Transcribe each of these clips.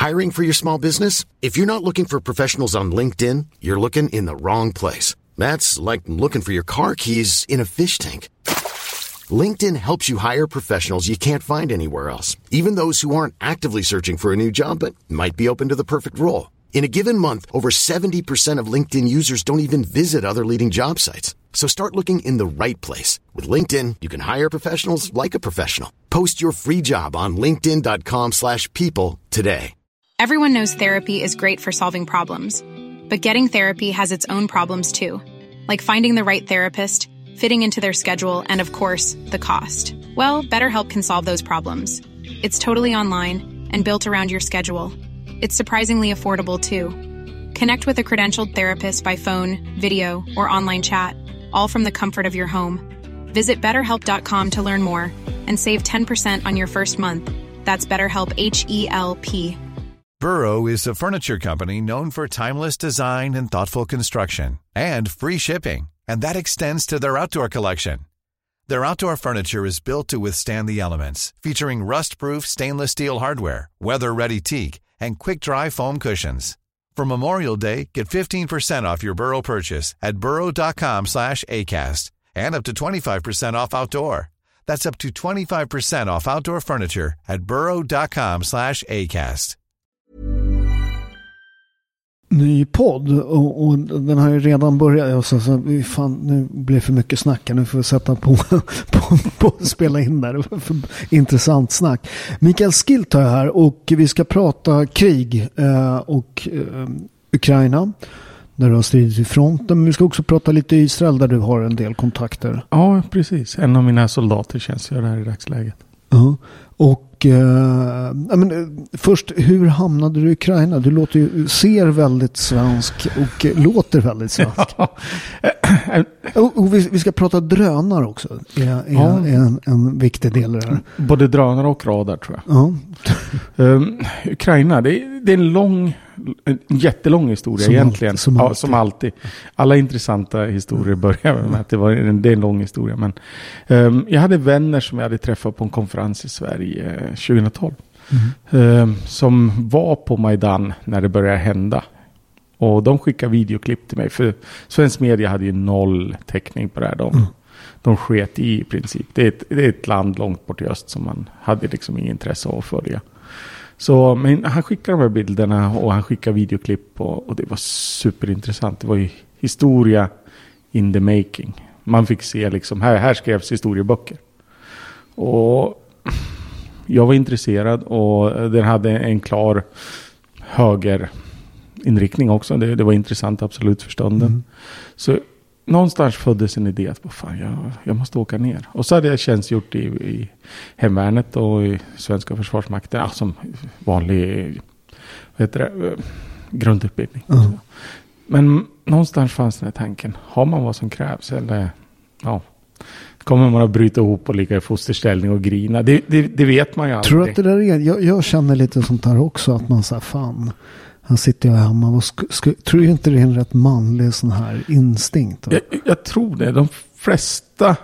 Hiring for your small business? If you're not looking for professionals on LinkedIn, you're looking in the wrong place. That's like looking for your car keys in a fish tank. LinkedIn helps you hire professionals you can't find anywhere else, even those who aren't actively searching for a new job but might be open to the perfect role. In a given month, over 70% of LinkedIn users don't even visit other leading job sites. So start looking in the right place. With LinkedIn, you can hire professionals like a professional. Post your free job on linkedin.com/people today. Everyone knows therapy is great for solving problems. But getting therapy has its own problems too. Like finding the right therapist, fitting into their schedule, and of course, the cost. Well, BetterHelp can solve those problems. It's totally online and built around your schedule. It's surprisingly affordable too. Connect with a credentialed therapist by phone, video, or online chat, all from the comfort of your home. Visit BetterHelp.com to learn more and save 10% on your first month. That's BetterHelp, H-E-L-P. Burrow is a furniture company known for timeless design and thoughtful construction, and free shipping, and that extends to their outdoor collection. Their outdoor furniture is built to withstand the elements, featuring rust-proof stainless steel hardware, weather-ready teak, and quick-dry foam cushions. For Memorial Day, get 15% off your Burrow purchase at burrow.com/acast, and up to 25% off outdoor. That's up to 25% off outdoor furniture at burrow.com/acast. Ny podd och den har ju redan börjat. Så fan, nu blir det för mycket snack. Nu får vi sätta på spela in där. För intressant snack. Mikael Skildt är här och vi ska prata krig och Ukraina där du har stridit i fronten. Men vi ska också prata lite Israel där du har en del kontakter. Ja, precis. En av mina soldater tjänstgör här i dagsläget. Och först, hur hamnade du i Ukraina? Du ser väldigt svensk och låter väldigt svensk. Och vi ska prata drönare också. En viktig del av det här. Både drönare och radar, tror jag. Ukraina, det är en jättelång historia som egentligen. Som alltid. Alla intressanta historier börjar med att det är en lång historia. Men jag hade vänner som jag hade träffat på en konferens i Sverige 2012. Som var på Majdan när det började hända. Och de skickade videoklipp till mig. För svensk media hade ju noll täckning på det här. De sket i princip. Det är ett land långt bort i öst som man hade liksom ingen intresse av att följa. Så, men han skickade de här bilderna och han skickade videoklipp och det var superintressant. Det var ju historia in the making. Man fick se liksom, här skrevs historieböcker. Och jag var intresserad och den hade en klar högerinriktning också. Det var intressant absolut för stunden. Så någonstans föddes en idé att jag måste åka ner. Och så hade jag tjänstgjort i hemvärnet och i svenska försvarsmakten. Som vanlig grundutbildning. Men någonstans fanns den här tanken. Har man vad som krävs? Eller kommer man att bryta ihop och ligga i fosterställning och grina? Det vet man ju aldrig. Tror att det där är... Jag känner lite sånt här också. Att man säger han sitter jag hemma. Tror inte det är en rätt manlig sån här instinkt? Jag tror det. De flesta...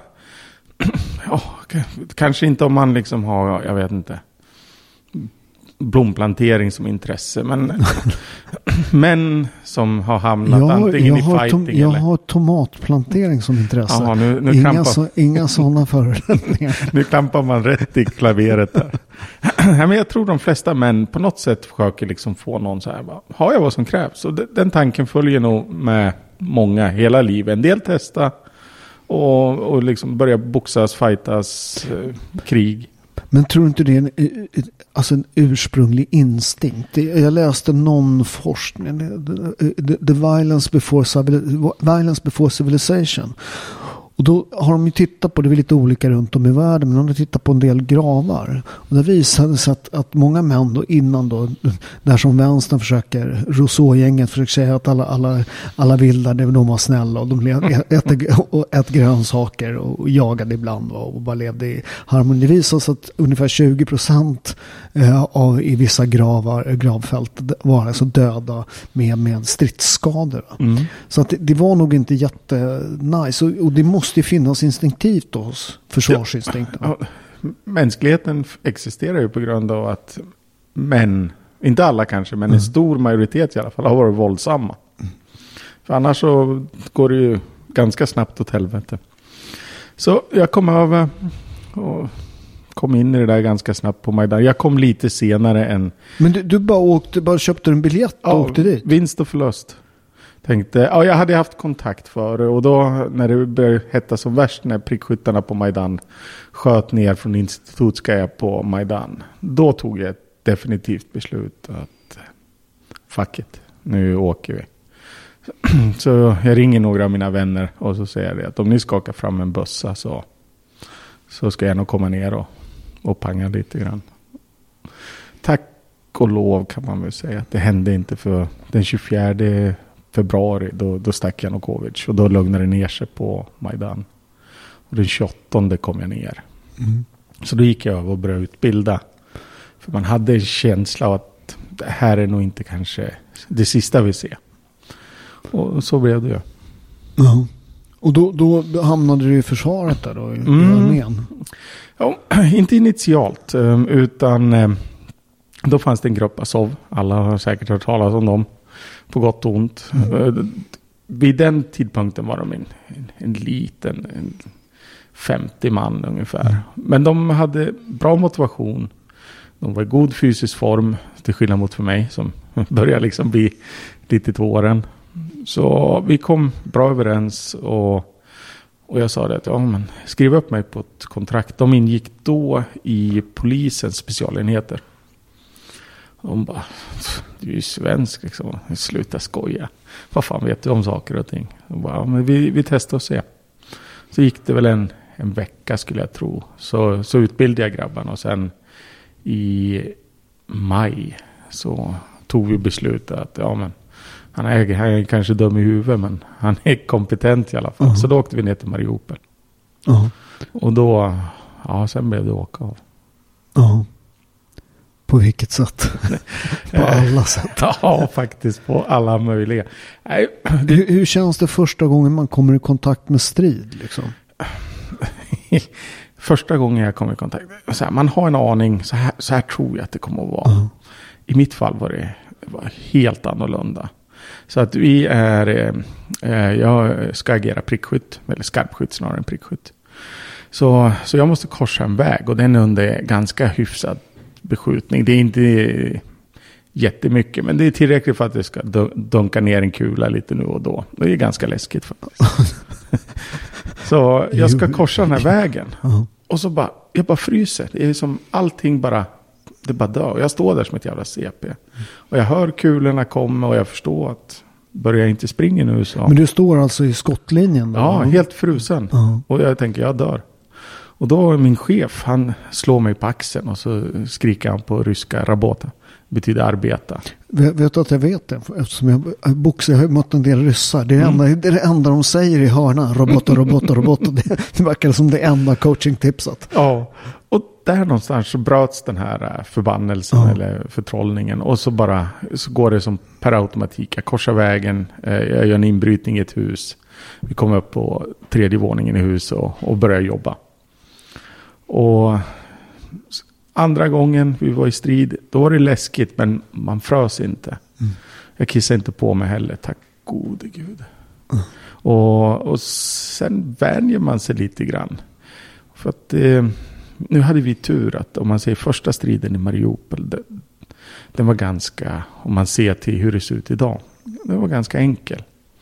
kanske inte om man liksom har, jag vet inte, blomplantering som intresse. Men som har hamnat antingen i fighting. Jag har tomatplantering som intresse. Aha, nu inga sådana föreställningar. Nu klampar man rätt i klaveret där. Men jag tror de flesta män på något sätt försöker liksom få någon så här. Har jag vad som krävs? Och den tanken följer nog med många hela livet. En del testa och liksom börja boxas, fightas, krig. Men tror inte det är en ursprunglig instinkt? Jag läste någon forskning, The Violence Before Civilization. Och då har de ju tittat på, det är lite olika runt om i världen, men de har tittat på en del gravar. Och det visade sig att många män då innan då, där som vänstern försöker, Rousseau-gänget försöker säga att alla vilda, de var snälla och de äter grönsaker och jagade ibland och bara levde i harmoni. Det visade sig att ungefär 20% i vissa gravfält var alltså döda med stridsskador. Så att det var nog inte jättenice. Och det måste ju finnas instinktivt hos försvarsinstinkten. Mänskligheten existerar ju på grund av att män Inte alla kanske, men en stor majoritet i alla fall har varit våldsamma. För annars så går det ju ganska snabbt åt helvete. Så jag kom över och kom in i det där ganska snabbt på Majdan. Jag kom lite senare än... Men du bara köpte en biljett och åkte dit? Vinst och förlust. Tänkte, jag hade haft kontakt före och då när det började hetta som värst när prickskyttarna på Majdan sköt ner från Institutskaja på Majdan. Då tog jag ett definitivt beslut att fuck it, nu åker vi. Så jag ringer några av mina vänner och så säger jag att om ni skakar fram en bussa så ska jag nog komma ner och panga lite grann. Tack och lov kan man väl säga att det hände inte, för den 24 februari då stack Janukovic och då lugnade det ner sig på Majdan. Och den 28 kom jag ner. Så då gick jag över och började utbilda. För man hade en känsla av att det här är nog inte kanske det sista vi ser. Och så blev det ju. Ja. Och då hamnade du i försvaret där då? I armén? Ja, inte initialt. Utan då fanns det en grupp Azov. Alla har säkert hört talas om dem. På gott och ont. Vid den tidpunkten var de en liten 50 man ungefär. Men de hade bra motivation. De var i god fysisk form. Till skillnad mot för mig som börjar liksom bli lite till åren. Så vi kom bra överens och jag sa det att skriv upp mig på ett kontrakt. De ingick då i polisens specialenheter. De bara, du är ju svensk liksom. Sluta skoja. Vad fan vet du om saker och ting? De bara, men vi testar och se. Så gick det väl en vecka skulle jag tro. Så utbildade jag grabbarna och sen i maj så tog vi beslutet att han är kanske dum i huvudet, men han är kompetent i alla fall. Så då åkte vi ner till Mariupol. Och då, sen blev det åka av. På vilket sätt? På alla sätt. Ja, faktiskt på alla möjliga. Hur känns det första gången man kommer i kontakt med strid liksom? Första gången jag kom i kontakt. Så här, man har en aning, så här tror jag att det kommer att vara. I mitt fall var det helt annorlunda. Så att vi jag ska agera prickskytt, eller skarpskytt snarare än prickskytt. Så jag måste korsa en väg och den är under ganska hyfsad beskjutning. Det är inte jättemycket, men det är tillräckligt för att det ska dunka ner en kula lite nu och då. Det är ganska läskigt faktiskt. Så jag ska korsa den här vägen. Och så jag bara fryser. Det är som allting det bara dör. Och jag står där som ett jävla CP. Och jag hör kulorna komma och jag förstår att börjar jag inte springa nu så. Men du står alltså i skottlinjen då? Ja, helt frusen. Och jag tänker, jag dör. Och då min chef, han slår mig på axeln och så skriker han på ryska rabota. Betyder arbeta. Vet du att jag vet det? Eftersom jag har mött en del ryssar. Det är det enda de säger i hörnan. Robot. Det verkar som det enda coaching-tipset. Ja, och där någonstans så bröts den här förbannelsen eller förtrollningen. Och så går det som per automatik. Jag korsar vägen, jag gör en inbrytning i ett hus. Vi kommer upp på 3:e våningen i huset och börjar jobba. Och andra gången vi var i strid, då var det läskigt, men man frös inte. Jag kissade inte på mig heller, tack gode Gud. Och sen vänjer man sig lite grann. För att nu hade vi tur att om man säger första striden i Mariupol, den var ganska, om man ser till hur det ser ut idag, den var ganska enkel.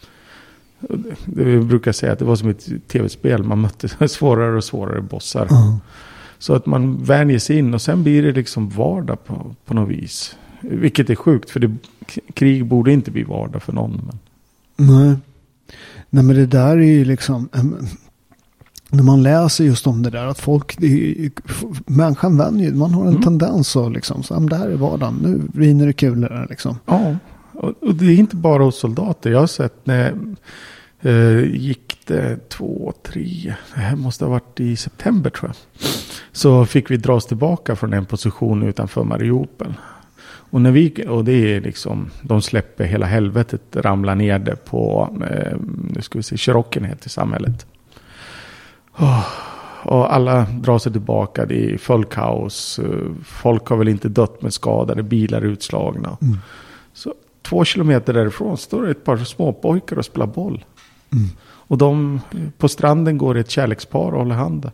Vi brukar säga att det var som ett tv-spel, man mötte svårare och svårare bossar. Så att man vänjer sig in och sen blir det liksom vardag på något vis. Vilket är sjukt, för krig borde inte bli vardag för någon. Men. Nej, men det där är ju liksom... När man läser just om det där, att människan vänjer, man har en tendens att liksom, så det här är vardagen, nu rinner det kulor där liksom. Ja, och det är inte bara hos soldater. Jag har sett när gick det 2-3, det här måste ha varit i september tror jag. Så fick vi dra oss tillbaka från en position utanför Mariupol. Och det är liksom, de släpper hela helvetet, ramlar ner det på, nu ska vi se, Cherokeen heter samhället. Och alla drar sig tillbaka. Det är full kaos. Folk har väl inte dött med skadade. Bilar utslagna. Så 2 kilometer därifrån står det ett par småpojkar och spelar boll. Och på stranden går ett kärlekspar och håller handen.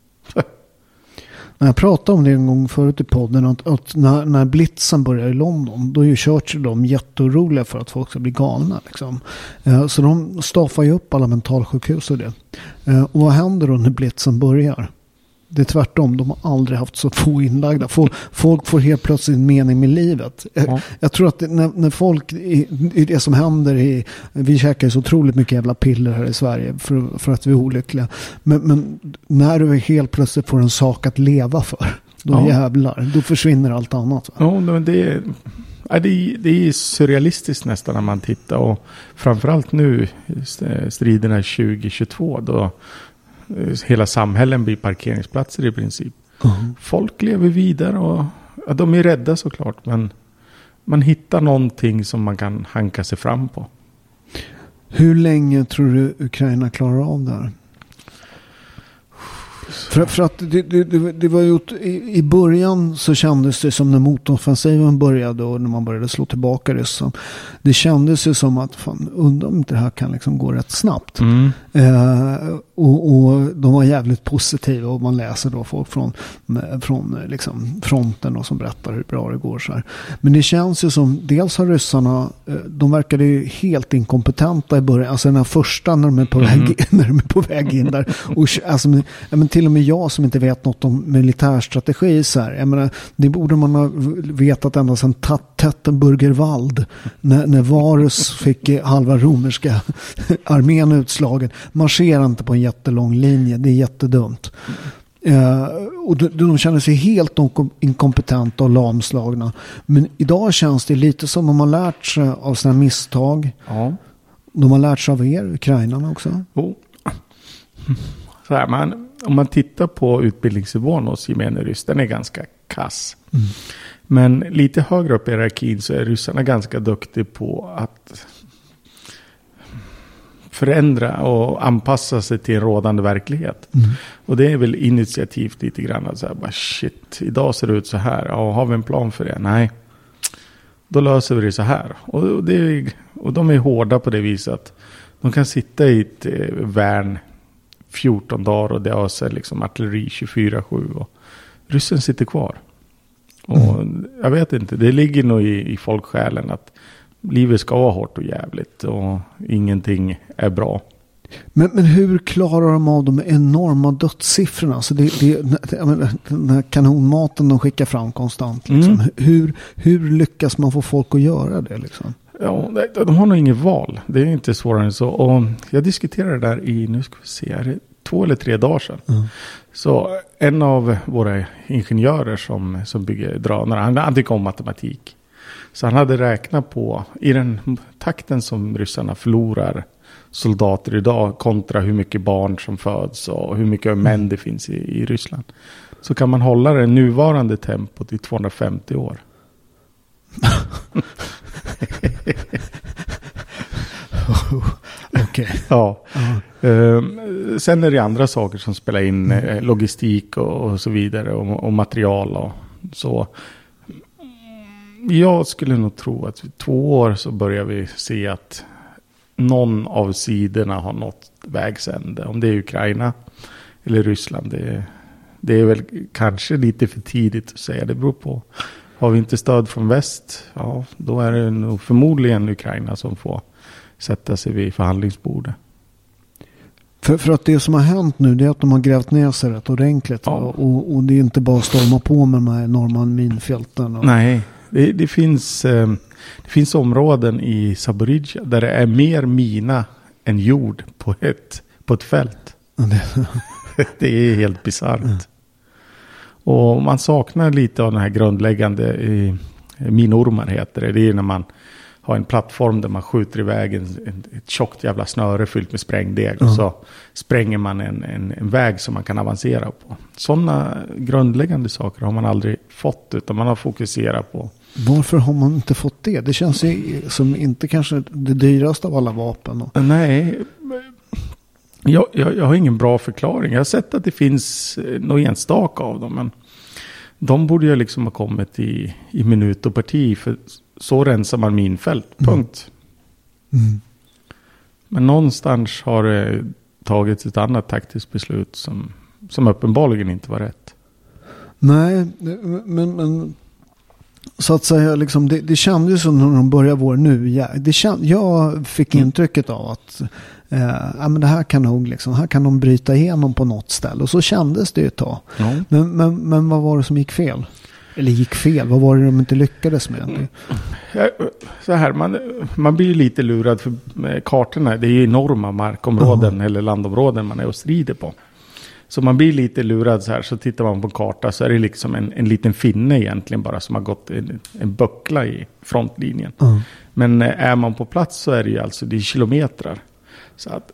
Jag pratade om det en gång förut i podden att när blitzen börjar i London, då är ju Churchill de jätteoroliga för att folk ska bli galna. Liksom. Så de staffar ju upp alla mentalsjukhus och det. Och vad händer då när blitzen börjar? Det är tvärtom, de har aldrig haft så få inlagda. Folk får helt plötsligt en mening med livet. Jag tror att när folk, i det som händer, vi käkar så otroligt mycket jävla piller här i Sverige för att vi är olyckliga. Men när du helt plötsligt får en sak att leva för, då jävlar, då försvinner allt annat. Ja, men det är surrealistiskt nästan när man tittar. Och framförallt nu, striderna 2022, då hela samhällen blir parkeringsplatser i princip. Folk lever vidare och de är rädda såklart, men man hittar någonting som man kan hanka sig fram på. Hur länge tror du Ukraina klarar av det här? För att det var ju i början så kändes det som när motoffensiven började och när man började slå tillbaka Ryssland. Det kändes ju som att undrar om inte det här kan liksom gå rätt snabbt. Och de var jävligt positiva och man läser då folk från liksom fronten och som berättar hur bra det går så här. Men det känns ju som dels har ryssarna, de verkade ju helt inkompetenta i början. Alltså den här första när de är på väg in där. Och alltså, men till och med jag som inte vet något om militärstrategi så här. Jag menar, det borde man ha vetat ända sedan Tettenburgerwald när Varus fick halva romerska armén utslagen. Marschera inte på en jättelång linje, det är jättedumt. Och de känner sig helt inkompetenta och lamslagna. Men idag känns det lite som de har lärt sig av sina misstag. Ja. De har lärt sig av ukrainarna också. Så här, om man tittar på utbildningsnivån hos gemene ryss, den är ganska kass. Men lite högre upp i hierarkin så är ryssarna ganska duktiga på att förändra och anpassa sig till en rådande verklighet. Och det är väl initiativt lite grann att säga, bara shit, idag ser det ut så här. Ja, har vi en plan för det? Nej. Då löser vi det så här. Och de är hårda på det viset att de kan sitta i ett värn 14 dagar och det öser liksom artilleri 24/7 och ryssen sitter kvar. Och jag vet inte, det ligger nog i folksjälen att livet ska vara hårt och jävligt och ingenting är bra. Men hur klarar de av de enorma dödssiffrorna? Alltså den här kanonmaten de skickar fram konstant. Liksom. Hur lyckas man få folk att göra det? Liksom? Ja, de har nog inget val. Det är inte svårare än så. Och jag diskuterade det där nu ska vi se, är det 2 eller 3 dagar sedan. Så en av våra ingenjörer som bygger drönare, han tycker om matematik. Så han hade räknat på i den takten som ryssarna förlorar soldater idag kontra hur mycket barn som föds och hur mycket män det finns i Ryssland. Så kan man hålla det nuvarande tempot i 250 år. Okej. Ja. Sen är det andra saker som spelar in, logistik och så vidare och material och så. Jag skulle nog tro att vid 2 år så börjar vi se att någon av sidorna har nått vägs ände. Om det är Ukraina eller Ryssland, det är väl kanske lite för tidigt att säga. Det beror på. Har vi inte stöd från väst, ja, då är det nog förmodligen Ukraina som får sätta sig vid förhandlingsbordet. För att det som har hänt nu, det är att de har grävt ner sig rätt ordentligt. Ja. Och det är inte bara att storma på med de här enorma minfälten. Nej, det finns områden i Zaporizjzja där det är mer mina än jord på ett fält. Det är helt bisarrt. Och man saknar lite av den här grundläggande minormar heter det. Det är när man har en plattform där man skjuter iväg ett tjockt jävla snöre fyllt med sprängdeg. Och så spränger man en väg som man kan avancera på. Sådana grundläggande saker har man aldrig fått, utan man har fokuserat på. Varför har man inte fått det? Det känns ju som inte kanske det dyraste av alla vapen. Nej, Jag har ingen bra förklaring. Jag har sett att det finns några enstaka av dem. Men de borde ju liksom ha kommit i minut och parti. För så rensar man minfält. Punkt. Mm. Men någonstans har det tagits ett annat taktiskt beslut som uppenbarligen inte var rätt. Nej, men så att säga liksom, det kändes som när de började vår nu. Jag fick intrycket av att men det här kan nog liksom, här kan de bryta igenom på något ställe. Och så kändes det ju ett tag. Ja. Men vad var det som gick fel? Eller gick fel? Vad var det de inte lyckades med? Så här, man blir ju lite lurad för kartorna. Det är ju enorma markområden eller landområden man är och strider på. Så man blir lite lurad så här. Så tittar man på en karta så är det liksom en liten finne egentligen bara som har gått en buckla i frontlinjen. Men är man på plats så är det ju alltså det är kilometrar. Så att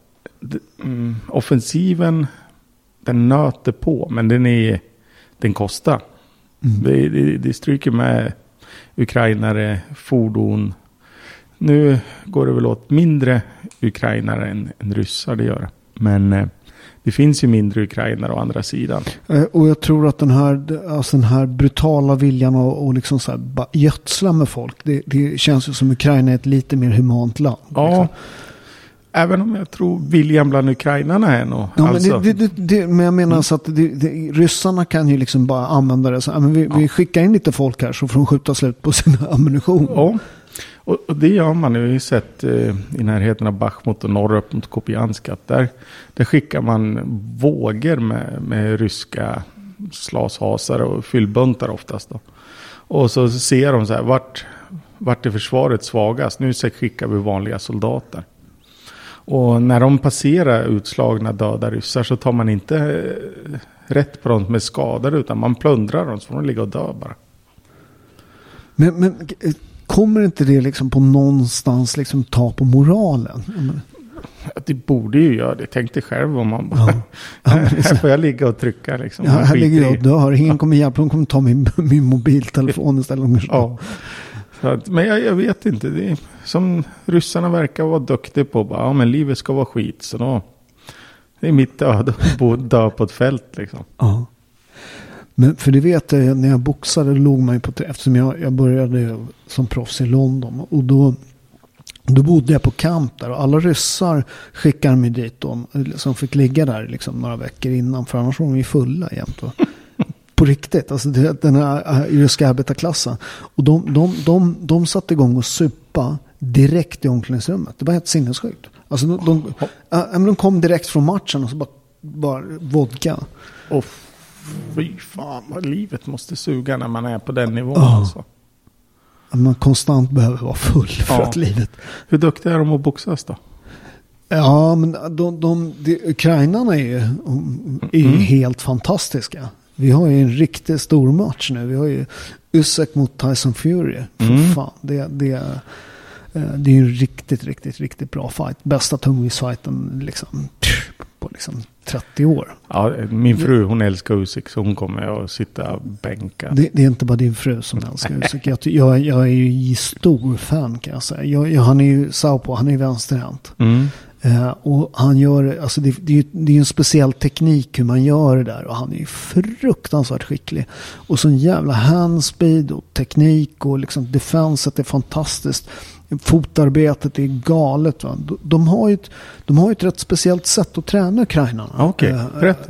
offensiven den nöter på, men den kostar. Det stryker med ukrainare, fordon. Nu går det väl åt mindre ukrainare än ryssar det gör. Men det finns ju mindre ukrainare å andra sidan. Och jag tror att den här brutala viljan och liksom så här gödsla med folk. Det känns ju som Ukraina är ett lite mer humant land. Ja. Liksom. Även om jag tror viljan bland ukrainarna är nog. Ja, alltså. men jag menar så att ryssarna kan ju liksom bara använda det. Så, vi skickar in lite folk här så får de skjuta slut på sin ammunition. Ja, och det gör man. Jag har ju sett i närheten av Bachmut och norr upp mot Kupiansk att där skickar man vågor med ryska slashasar och fyllbuntar oftast då. Och så ser de så här, vart är försvaret svagast? Nu skickar vi vanliga soldater. Och när de passerar utslagna döda ryssar så tar man inte rätt på dem med skador utan man plundrar dem så får de ligga och dö bara. Men kommer inte det liksom på någonstans liksom ta på moralen? Det borde ju göra det. Tänk dig själv om man bara här får jag ligga och trycka liksom. Ja, här ligger jag och dör. Ingen kommer hjälpa. De kommer ta min mobiltelefon istället. Ja. Men jag vet inte. Det är, som ryssarna verkar vara duktiga på. Bara, men livet ska vara skit. Så då, det är mitt öde att dö på ett fält. Liksom. Ja. Men för det vet jag, när jag boxade låg man ju på... Eftersom jag började som proffs i London. Och då bodde jag på camp där. Och alla ryssar skickade mig dit. Som fick ligga där liksom några veckor innan. För annars var de ju fulla jämt. På riktigt, alltså den här ryska arbetarklassen. Och de satte igång och supa direkt i omklädningsrummet. Det var helt sinnessjukt. Alltså de kom direkt från matchen och så bara vodka. Och fy fan, vad livet måste suga när man är på den nivån. Alltså. Man konstant behöver vara full för att livet... Hur duktiga är de att boxas då? Ja, men ukrainarna är ju helt fantastiska. Vi har ju en riktigt stor match nu. Vi har ju Usyk mot Tyson Fury. För fan, det är ju en riktigt bra fight. Bästa tungviktsfighten liksom, på liksom 30 år. Ja, min fru, hon älskar Usyk så hon kommer att sitta och bänka. Det är inte bara din fru som älskar Usyk. Jag är ju stor fan kan jag säga. Han är ju Saupo, han är vänsterhänt. Och han gör, alltså det är en speciell teknik hur man gör det där och han är ju fruktansvärt skicklig och så en jävla handspeed och teknik och liksom defenset är fantastiskt, fotarbetet är galet va? De har ju ett rätt speciellt sätt att träna ukrainarna. Okej, berätta.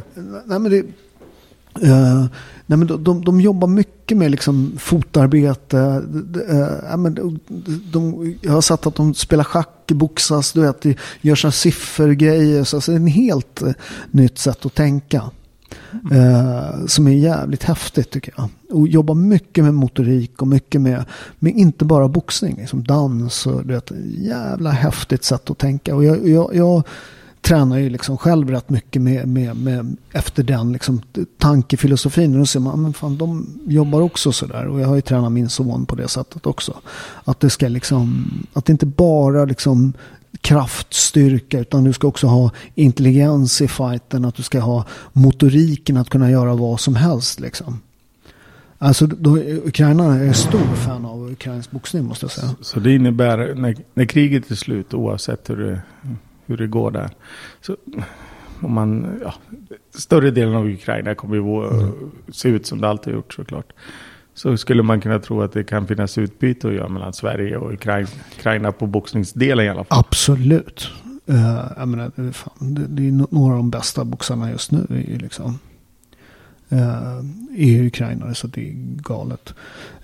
Nej men de jobbar mycket med liksom fotarbete. Jag har sett att de spelar schack, boxas, du vet, gör såna siffergrejer. Så det är en helt nytt sätt att tänka. Som är jävligt häftigt tycker jag. Och jobbar mycket med motorik och mycket med inte bara boxning, liksom dans och du vet, jävla häftigt sätt att tänka. Och jag tränar ju liksom själv rätt mycket med efter den liksom tankefilosofin. Och då ser man, men fan, de jobbar också så där. Och jag har ju tränat min son på det sättet också. Att det ska liksom, att det inte bara liksom kraftstyrka utan du ska också ha intelligens i fighten, att du ska ha motoriken att kunna göra vad som helst liksom. Alltså Ukraina är stor fan av ukrainsk boxning måste jag säga. Så det innebär när kriget är slut oavsett hur det går där. Så större delen av Ukraina kommer ju se ut som det alltid har gjort såklart. Så skulle man kunna tro att det kan finnas utbyte att göra mellan Sverige och Ukraina på boxningsdelen i alla fall. Absolut. Jag menar, det är några av de bästa boxarna just nu liksom. I Ukraina, så det är galet.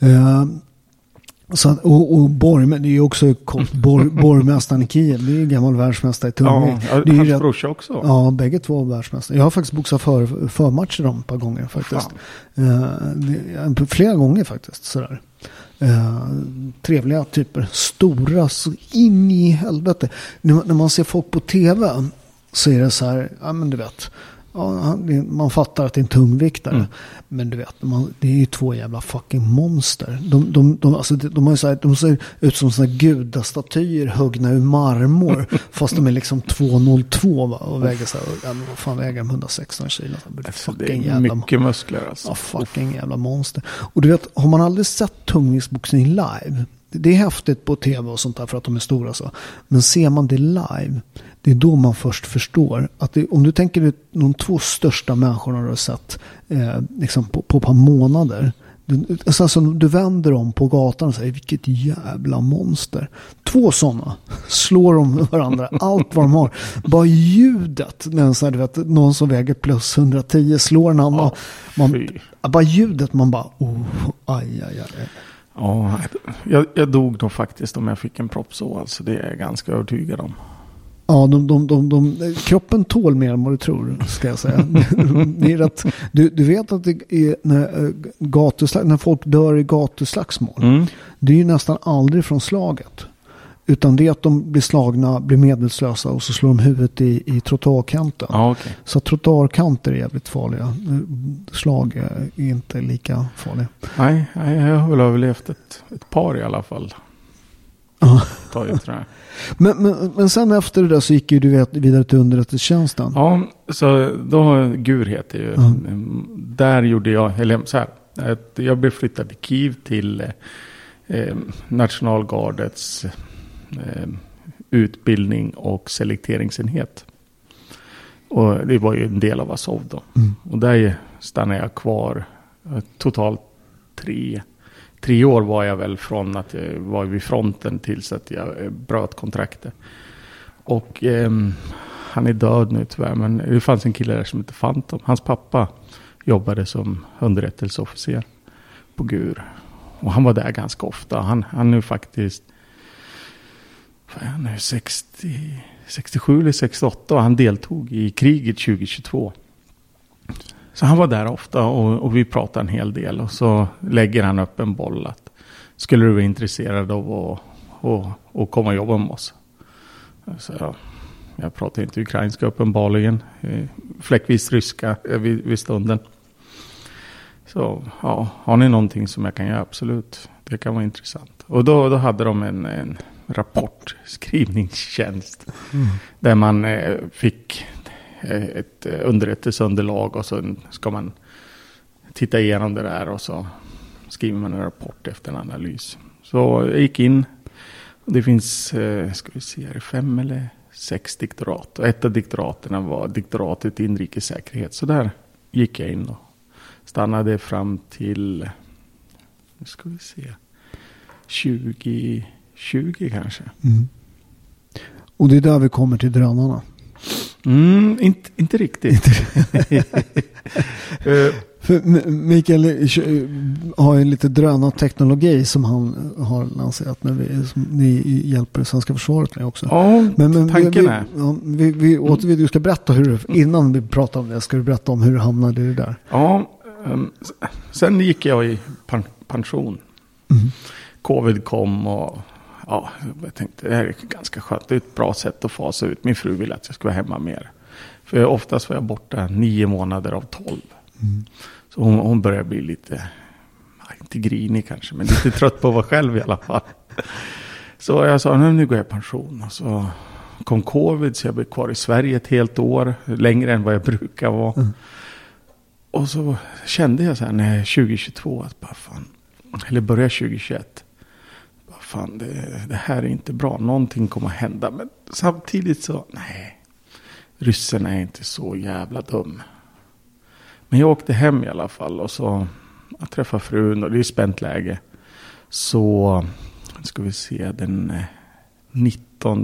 Så, och det är ju också borgmästaren i Kiev. Det är gammal världsmästare i tungvikt. Ja, det är hans brorsa också. Ja, bägge två världsmästare. Jag har faktiskt boxat förmatcher dem ett par gånger faktiskt. Flera gånger faktiskt. Sådär. Trevliga typer. Stora så in i helvete. När man ser folk på tv så är det så här, ja men du vet. Ja, man fattar att det är en tungviktare. Men du vet, det är ju två jävla fucking monster. De ser ut som såna gudastatyer huggna ur marmor. Fast de är liksom 202 och väger så här, vad fan väger de 116 kilo. Det är mycket muskler alltså. Ja, fucking jävla monster. Och du vet, har man aldrig sett tungviktsboxning live? Det är häftigt på tv och sånt där för att de är stora så. Men ser man det live, det är då man först förstår att om du tänker dig de två största människorna du har sett liksom på ett par månader. Alltså, du vänder dem på gatan och säger vilket jävla monster. Två sådana slår de varandra. Allt vad de har. Bara ljudet. Du vet, någon som väger plus 110 slår en annan. Bara ljudet man bara aj. Ja, jag dog nog faktiskt om jag fick en proppsår. Alltså det är jag ganska övertygad om. Ja, kroppen tål mer än vad du tror, ska jag säga. Det är rätt, du vet att det är när folk dör i gatuslagsmål. Det är ju nästan aldrig från slaget. Utan det är att de blir slagna, blir medvetslösa och så slår de huvudet i trottoarkanten. Ja, okay. Så trottoarkanter är jävligt farliga. Slag är inte lika farliga. Nej, jag har väl överlevt ett par i alla fall. Men sen efter det där så gick ju du vidare till underrättelsetjänsten. Ja, så då GUR heter ju. Där gjorde jag, eller så här, jag blev flyttad till Kiev till Nationalgardets utbildning och selekteringsenhet. Och det var ju en del av Azov då. Och där stannade jag kvar totalt 3 år var jag väl från att jag var vid fronten tills att jag bröt kontraktet. Och han är död nu tyvärr, men det fanns en kille där som inte Phantom. Hans pappa jobbade som underrättelseofficer på GUR. Och han var där ganska ofta. Han är faktiskt 67 eller 68 och han deltog i kriget 2022. Så han var där ofta och vi pratade en hel del. Och så lägger han upp en boll att skulle du vara intresserad av att komma och jobba med oss? Så jag pratar inte ukrainska uppenbarligen. Fläckvis ryska vid stunden. Så ja, har ni någonting som jag kan göra? Absolut. Det kan vara intressant. Och då hade de en rapportskrivningstjänst. Där man fick ett underrättelseunderlag och så ska man titta igenom det där och så skriver man en rapport efter en analys. Så jag gick in och det finns, ska vi se, 5 eller 6 diktorat. Och ett av diktoraterna var diktoratet inrikessäkerhet. Så där gick jag in och stannade fram till, nu ska vi se, 2020 kanske. Och det är där vi kommer till drönarna. Inte riktigt. För Mikael har ju lite drönarteknologi som han har lanserat när ni hjälper svenska försvaret med också. Ja, men tanken är. Du ska berätta innan vi pratar om det, ska du berätta om hur du hamnade i det där. Ja, sen gick jag i pension. Covid kom och jag tänkte det här är ganska skönt. Det är ett bra sätt att fasa ut. Min fru ville att jag skulle vara hemma mer. För oftast var jag borta 9 månader av 12. Så hon började bli lite, inte grinig kanske, men lite trött på att vara själv i alla fall. Så jag sa, nu går jag i pension. Och så kom covid så jag blev kvar i Sverige ett helt år. Längre än vad jag brukar vara. Och så kände jag så här när 2022 att bara fan, eller börja 2021. Fan, det här är inte bra. Någonting kommer att hända. Men samtidigt så, nej. ryssen är inte så jävla dum. Men jag åkte hem i alla fall och så jag träffade frun och det är spänt läge. Så ska vi se den 19.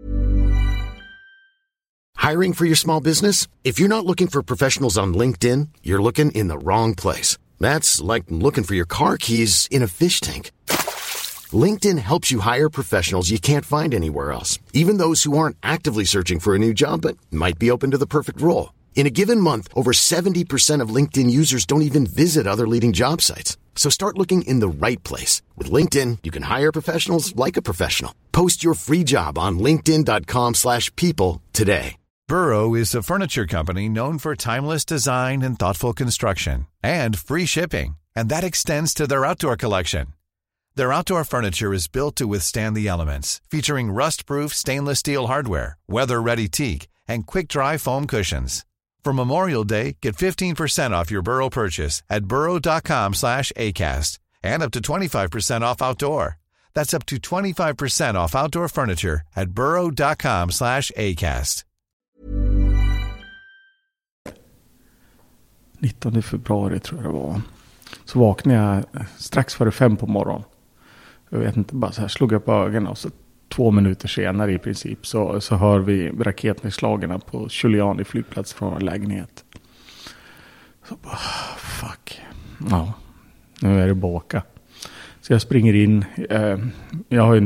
Hiring for your small business? If you're not looking for professionals on LinkedIn, you're looking in the wrong place. That's like looking for your car keys in a fish tank. LinkedIn helps you hire professionals you can't find anywhere else, even those who aren't actively searching for a new job but might be open to the perfect role. In a given month, over 70% of LinkedIn users don't even visit other leading job sites. So start looking in the right place. With LinkedIn, you can hire professionals like a professional. Post your free job on linkedin.com/people today. Burrow is a furniture company known for timeless design and thoughtful construction, and free shipping, and that extends to their outdoor collection. Their outdoor furniture is built to withstand the elements, featuring rust-proof stainless steel hardware, weather-ready teak, and quick-dry foam cushions. For Memorial Day, get 15% off your Burrow purchase at burrow.com/acast, and up to 25% off outdoor. That's up to 25% off outdoor furniture at burrow.com/acast. 19 februari tror jag det var. Så vaknade jag strax före 5 på morgonen. Jag vet inte, bara så här slog jag på ögonen och så 2 minuter senare i princip så hör vi raketnedslagen på Giuliani flygplats från en lägenhet. Så bara, fuck. Ja, nu är det baka. Så jag springer in. Jag har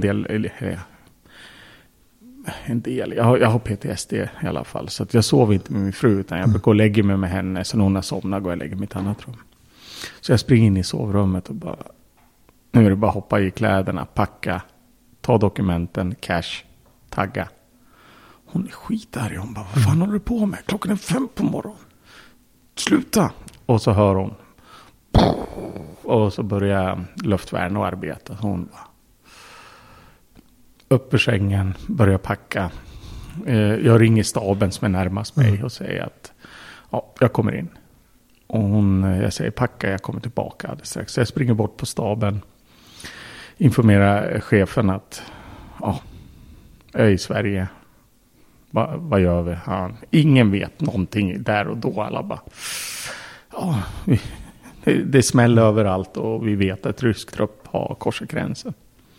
jag har PTSD i alla fall. Så att jag sover inte med min fru utan jag brukar lägga mig med henne. Så när hon har somnat går jag och lägger mig i ett annat rum. Så jag springer in i sovrummet och bara, nu är det bara hoppa i kläderna, packa, ta dokumenten, cash, tagga. Hon är skitarg. Hon bara, vad fan håller du på med? Klockan är 5 på morgonen. Sluta! Och så hör hon. Och så börjar luftvärn och arbeta. Hon bara, upp ur sängen, börjar packa. Jag ringer staben som är närmast mig och säger att ja, jag kommer in. Och jag säger packa, jag kommer tillbaka alldeles strax. Så jag springer bort på staben. Informerar chefen att ja, jag är i Sverige. Vad gör vi? Ingen vet någonting där och då. Alla bara, ja, det smäller överallt och vi vet att rysk trupp har korsat gränsen.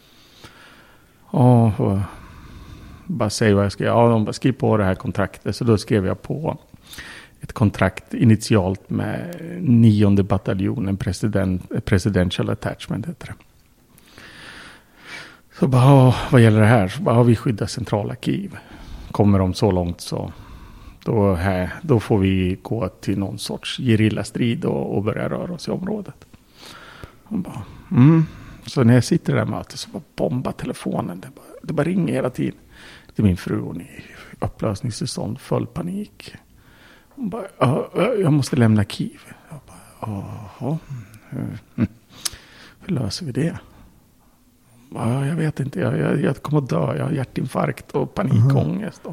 Och bara säger vad jag ska göra. Ja, de bara skriv på det här kontraktet. Så då skrev jag på ett kontrakt initialt med 9:e bataljonen Presidential Attachment heter det. Så bara, vad gäller det här? Så bara, vi skyddar centrala Kiev. Kommer de så långt så då får vi gå till någon sorts gerillastrid och börja röra oss i området. Hon bara, Så när jag sitter i det här mötet så bara bombar telefonen. Det bara ringer hela tiden. Det är min fru, hon är i upplösningstillstånd, full panik. Hon bara, jag måste lämna Kiev. Jag bara, hur löser vi det? Jag vet inte, jag kommer att dö. Jag har hjärtinfarkt och panikångest.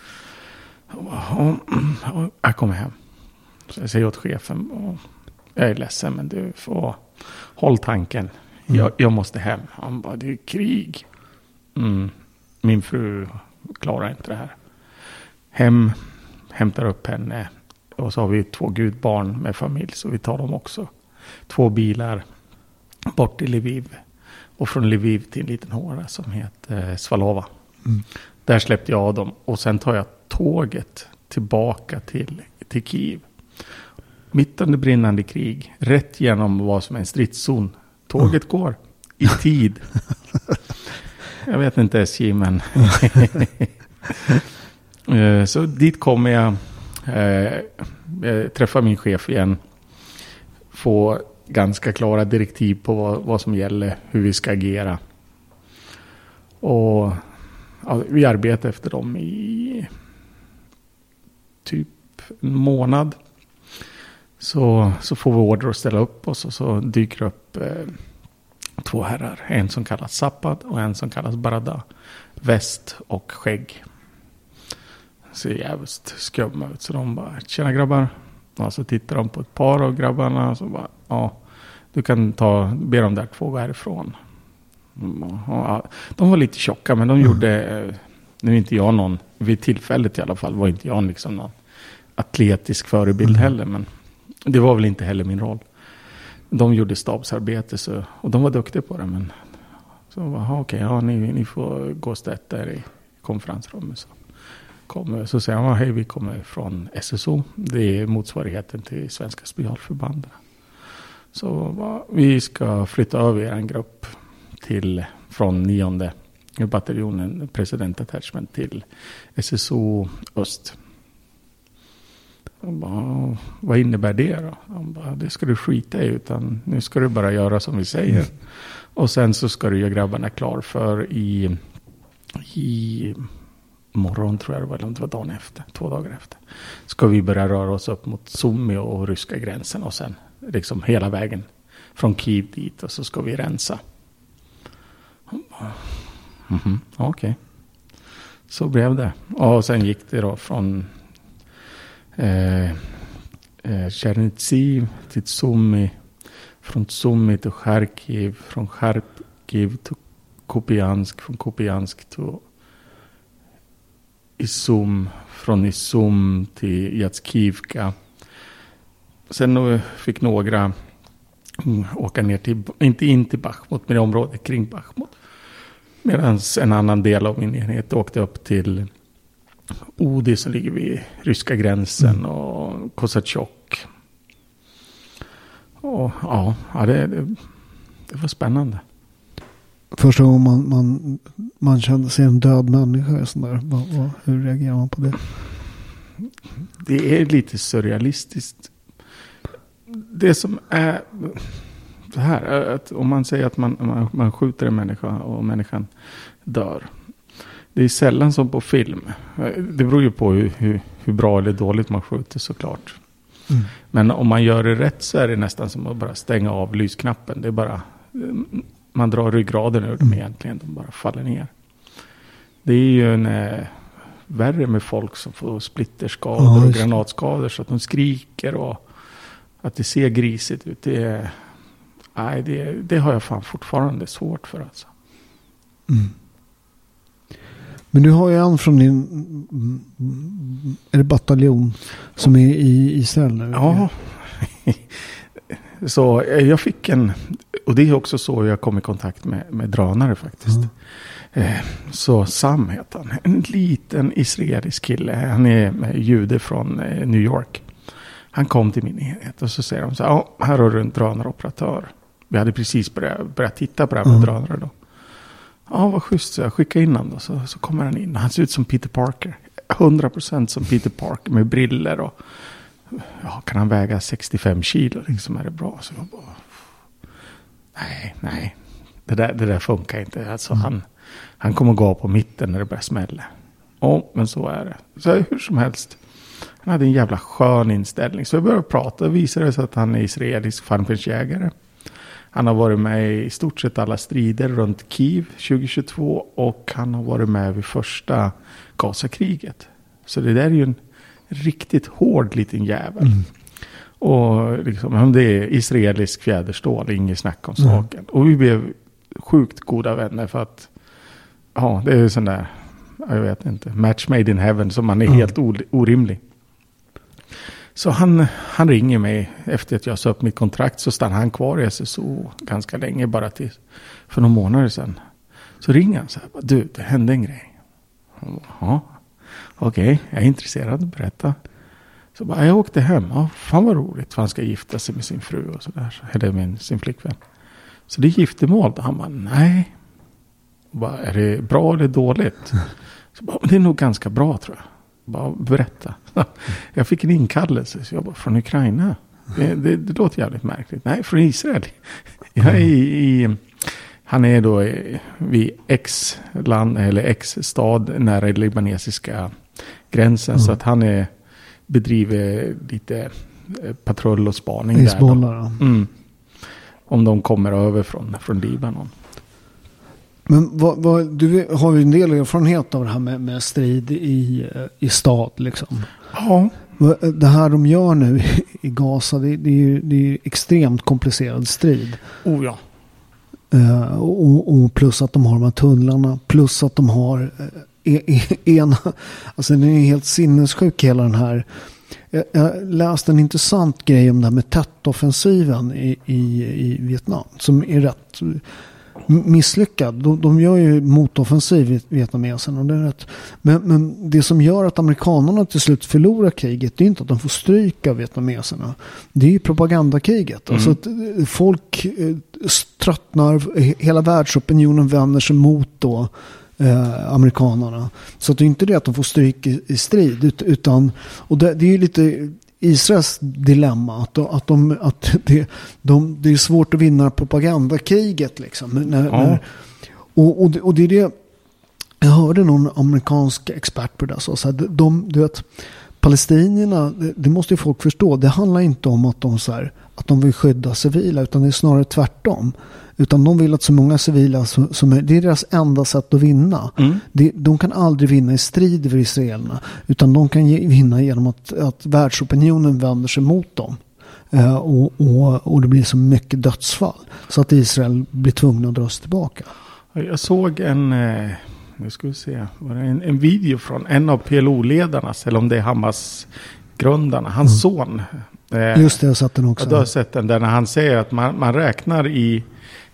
Jag kommer hem. Så jag säger åt chefen, jag är ledsen men du får håll tanken. Jag måste hem. Han bara, det är krig. Min fru klarar inte det här. Hem, hämtar upp henne. Och så har vi 2 gudbarn med familj. Så vi tar dem också. 2 bilar bort till Lviv. Och från Lviv till en liten håla som heter Svalova. Där släppte jag dem. Och sen tar jag tåget tillbaka till Kiev. Mitt under brinnande krig. Rätt genom vad som är en stridszon. Tåget går i tid. Jag vet inte SJ, men så dit kommer jag. Träffa min chef igen. Få ganska klara direktiv på vad som gäller. Hur vi ska agera. Och vi arbetar efter dem i typ en månad. Så får vi order att ställa upp oss. Och så dyker upp 2 herrar. En som kallas Zappad och en som kallas Barada. Väst och skägg. Ser jävligt skumma ut. Så de bara, tjena grabbar. Och så tittar de på ett par av grabbarna. Och så bara, ja, du kan be de där 2 gå härifrån. De var lite tjocka, men de gjorde, nu är inte jag någon vid tillfället i alla fall var inte jag liksom någon atletisk förebild heller. Men det var väl inte heller min roll. De gjorde stabsarbete och de var duktiga på det. Men så okej, ni får gå och stätta er i konferensrummet. Så säger han, hej, vi kommer från SSO. Det är motsvarigheten till svenska specialförbanden. Så vi ska flytta över en grupp från 9:e bataljonen president attachment till SSO Öst. Vad innebär det då? Han bara, det ska du skita i, utan nu ska du bara göra som vi säger. Och sen så ska du göra grabbarna klar för i morgon, tror jag det var, eller det var dagen efter, 2 dagar efter, ska vi börja röra oss upp mot Sumy och ryska gränsen och sen liksom hela vägen från Kiev dit, och så ska vi rensa. Okej. Så blev det. Och sen gick det då från Chernivtsi till Sumy, från Sumy till Charkiv, från Charkiv till Kupiansk, från Kupiansk till Izum, från Izum till Jatskivka. Sen fick några åka ner till, inte in till Bachmut, men i området kring Bachmut. Medan en annan del av min enhet åkte upp till Odi, som ligger vid ryska gränsen, och Kosachok. Och det var spännande. Första gången man kände sig en död människa, hur reagerar man på det? Det är lite surrealistiskt. Det som är så här, att om man säger att man skjuter en människa och människan dör. Det är sällan som på film. Det beror ju på hur bra eller dåligt man skjuter, såklart. Men om man gör det rätt så är det nästan som att bara stänga av lysknappen. Det är bara, man drar ryggraden ur dem egentligen. De bara faller ner. Det är ju värre med folk som får splitterskador och granatskador, så att de skriker och att det ser grisigt ut. Det har jag fan fortfarande svårt för, alltså. Men du har ju en från din bataljon som är i Israel nu. Ja. Så jag fick och det är också så jag kom i kontakt med drönare faktiskt. Så Sam heter han. En liten israelisk kille. Han är jude från New York. Han kom till min enhet och så säger de så här, här har du en drönaroperatör. Vi hade precis börjat titta på det här med drönare då. Ja, vad schysst. Så jag skickade in honom då. Så kommer han in. Han ser ut som Peter Parker. 100% som Peter Parker med briller och kan han väga 65 kilo liksom, är det bra? Så jag bara, nej. Det där funkar inte. Alltså han kommer gå på mitten när det börjar smälla. Men så är det. Så hur som helst. Han hade en jävla skön inställning. Så jag började prata och visade sig att han är israelisk fallskärmsjägare. Han har varit med i stort sett alla strider runt Kiev 2022. Och han har varit med vid första Gaza-kriget. Så det där är ju en riktigt hård liten jävel. Och liksom, det är israelisk fjäderstål, inget snack om saken. Och vi blev sjukt goda vänner för att det är sån där, jag vet inte, match made in heaven, som man är helt orimlig. Så han ringer mig efter att jag sa upp mitt kontrakt, så stannar han kvar i SSO ganska länge, bara till för några månader sedan. Så ringer han så här, du, det hände en grej. Okej, jag är intresserad, berätta. Så bara, jag åkte hem. Fan vad roligt, för han ska gifta sig med sin fru och sådär. Eller med sin flickvän. Så det är giftermål. Han bara, nej. Bara, är det bra eller dåligt? Så bara, det är nog ganska bra, tror jag. Bara, berätta. Jag fick en inkallelse. Så jag bara, från Ukraina? Det låter jävligt märkligt. Nej, från Israel. Jag är han är då vid X-land eller X-stad nära den libanesiska gränsen. Så att han bedriver lite patrull och spaning där. Om de kommer över från Libanon. Men du har ju en del erfarenhet av det här med strid i stad liksom. Ja. Det här de gör nu i Gaza, det är ju extremt komplicerad strid. Ja. Och plus att de har de här tunnlarna, plus att de har alltså den är helt sinnessjuk hela den här. Jag läste en intressant grej om det här med Tet-offensiven i Vietnam som är rätt misslyckad. De gör ju motoffensiv vietnameserna och det är rätt. Men det som gör att amerikanerna till slut förlorar kriget, det är inte att de får stryka vietnameserna. Det är ju propagandakriget. Alltså att folk tröttnar, hela världsopinionen vänder sig mot då amerikanerna. Så att det är inte det att de får stryk i strid utan, och det är ju lite Israels dilemma att det är svårt att vinna propagandakriget liksom. Och det är det jag hörde någon amerikansk expert på det så här, du vet, palestinierna, det måste ju folk förstå, det handlar inte om att de vill skydda civila, utan det är snarare tvärtom. Utan de vill att så många civila det är deras enda sätt att vinna. De kan aldrig vinna i strid för israelerna, utan de kan vinna genom att världsopinionen vänder sig mot dem. Och det blir så mycket dödsfall så att Israel blir tvungna att dra sig tillbaka. Jag såg en video från en av PLO-ledarnas, eller om det är Hamas-grundarna, hans son. Just det, jag har sett den också. Du har sett den där när han säger att man räknar i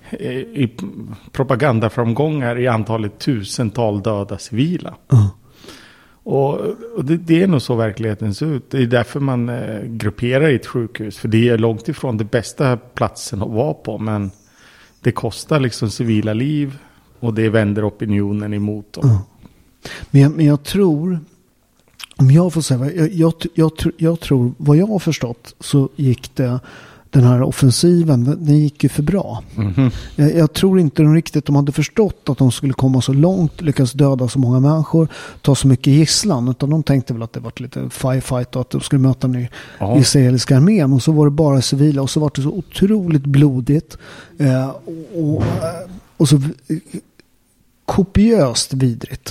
propagandaframgångar i antalet tusental döda civila. Och det är nog så verkligheten ser ut. Det är därför man grupperar i ett sjukhus. För det är långt ifrån det bästa platsen att vara på. Men det kostar liksom civila liv. Och det vänder opinionen emot dem. Men jag tror, om jag får säga, jag tror, vad jag har förstått så gick den här offensiven, den gick ju för bra. Jag tror inte de hade förstått att de skulle komma så långt, lyckas döda så många människor, ta så mycket gisslan, utan de tänkte väl att det var lite firefight och att de skulle möta den israeliska armén, och så var det bara civila, och så var det så otroligt blodigt och så kopiöst vidrigt.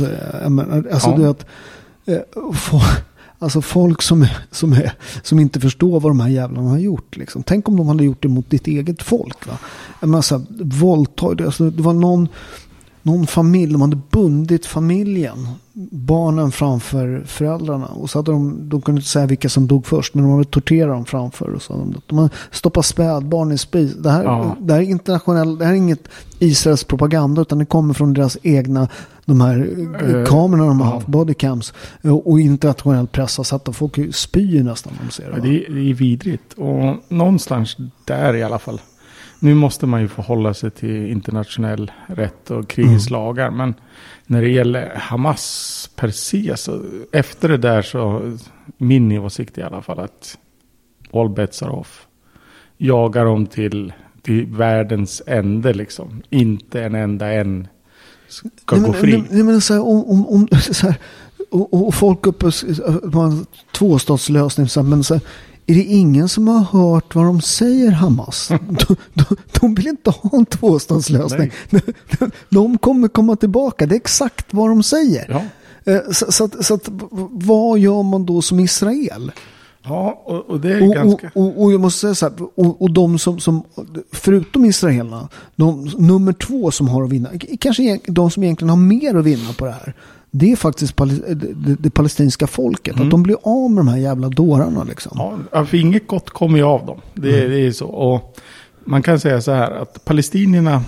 Alltså folk som inte förstår vad de här jävlarna har gjort. Liksom. Tänk om de hade gjort det mot ditt eget folk. Va? En massa våldtag. Alltså, det var någon familj, de hade bundit familjen, barnen framför föräldrarna, och så hade de kunde inte säga vilka som dog först, men de hade torterat dem framför, och så hade de hade stoppat spädbarn i spis. Det här är internationellt, det här är inget Israels propaganda, utan det kommer från deras egna, de här kamerorna de har haft, bodycams, och internationell press har satt, och folk spyr nästan när de ser det. Det är vidrigt, och någonstans där i alla fall. Nu måste man ju förhålla sig till internationell rätt och krigets lagar. Men när det gäller Hamas per se, så efter det där så min åsikt i alla fall att all bets are off. Jagar dem till världens ände liksom. Inte en enda en ska gå fri. Men så här, och folk uppe på en tvåstatslösning, men så här, är det ingen som har hört vad de säger, Hamas? De vill inte ha en tvåstatslösning. De kommer komma tillbaka. Det är exakt vad de säger. Ja. Så att, vad gör man då som Israel? Ja, och det är ganska... Och jag måste säga så här, och de som förutom israelerna, nummer 2 som har att vinna, kanske de som egentligen har mer att vinna på det här, det är faktiskt det palestinska folket. Att de blir av med de här jävla dårarna liksom. Ja, för inget gott kommer ju av dem. Det är så. Och man kan säga så här att palestinierna,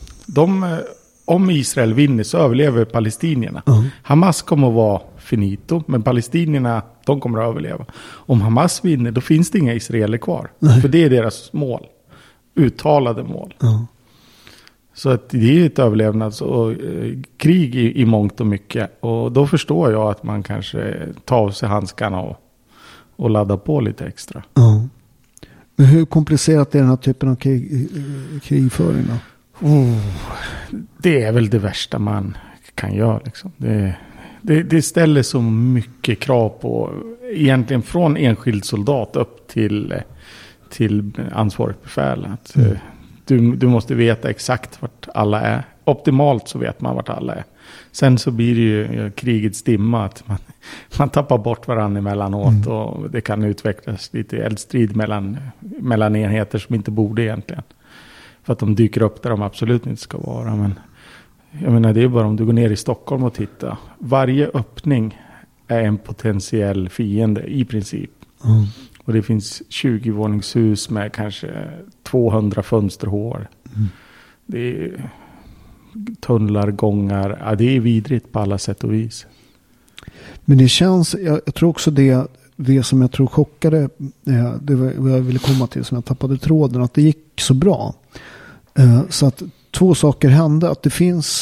om Israel vinner så överlever palestinierna. Hamas kommer att vara finito, men palestinierna, de kommer att överleva. Om Hamas vinner, då finns det inga israeler kvar. För det är deras mål. Uttalade mål. Så att det är ett överlevnads- och krig i mångt och mycket. Och då förstår jag att man kanske tar av sig handskarna och laddar på lite extra. Men hur komplicerat är den här typen av krigföring då? Det är väl det värsta man kan göra. Liksom. Det ställer så mycket krav på, egentligen från enskild soldat upp till ansvarigt befäl. Att du måste veta exakt vart alla är. Optimalt så vet man vart alla är. Sen så blir det ju krigets dimma, att man tappar bort varandra emellanåt, och det kan utvecklas lite eldstrid mellan enheter som inte borde egentligen. För att de dyker upp där de absolut inte ska vara. Men Jag menar, det är bara om du går ner i Stockholm och tittar. Varje öppning är en potentiell fiende i princip. Mm. Och det finns 20-våningshus med kanske 200 fönsterhål. Mm. Det är tunnlar, gångar. Ja, det är vidrigt på alla sätt och vis. Men det känns, jag tror också det som jag tror chockade, det var vad jag ville komma till som jag tappade tråden, att det gick så bra. Så att 2 saker hände. Att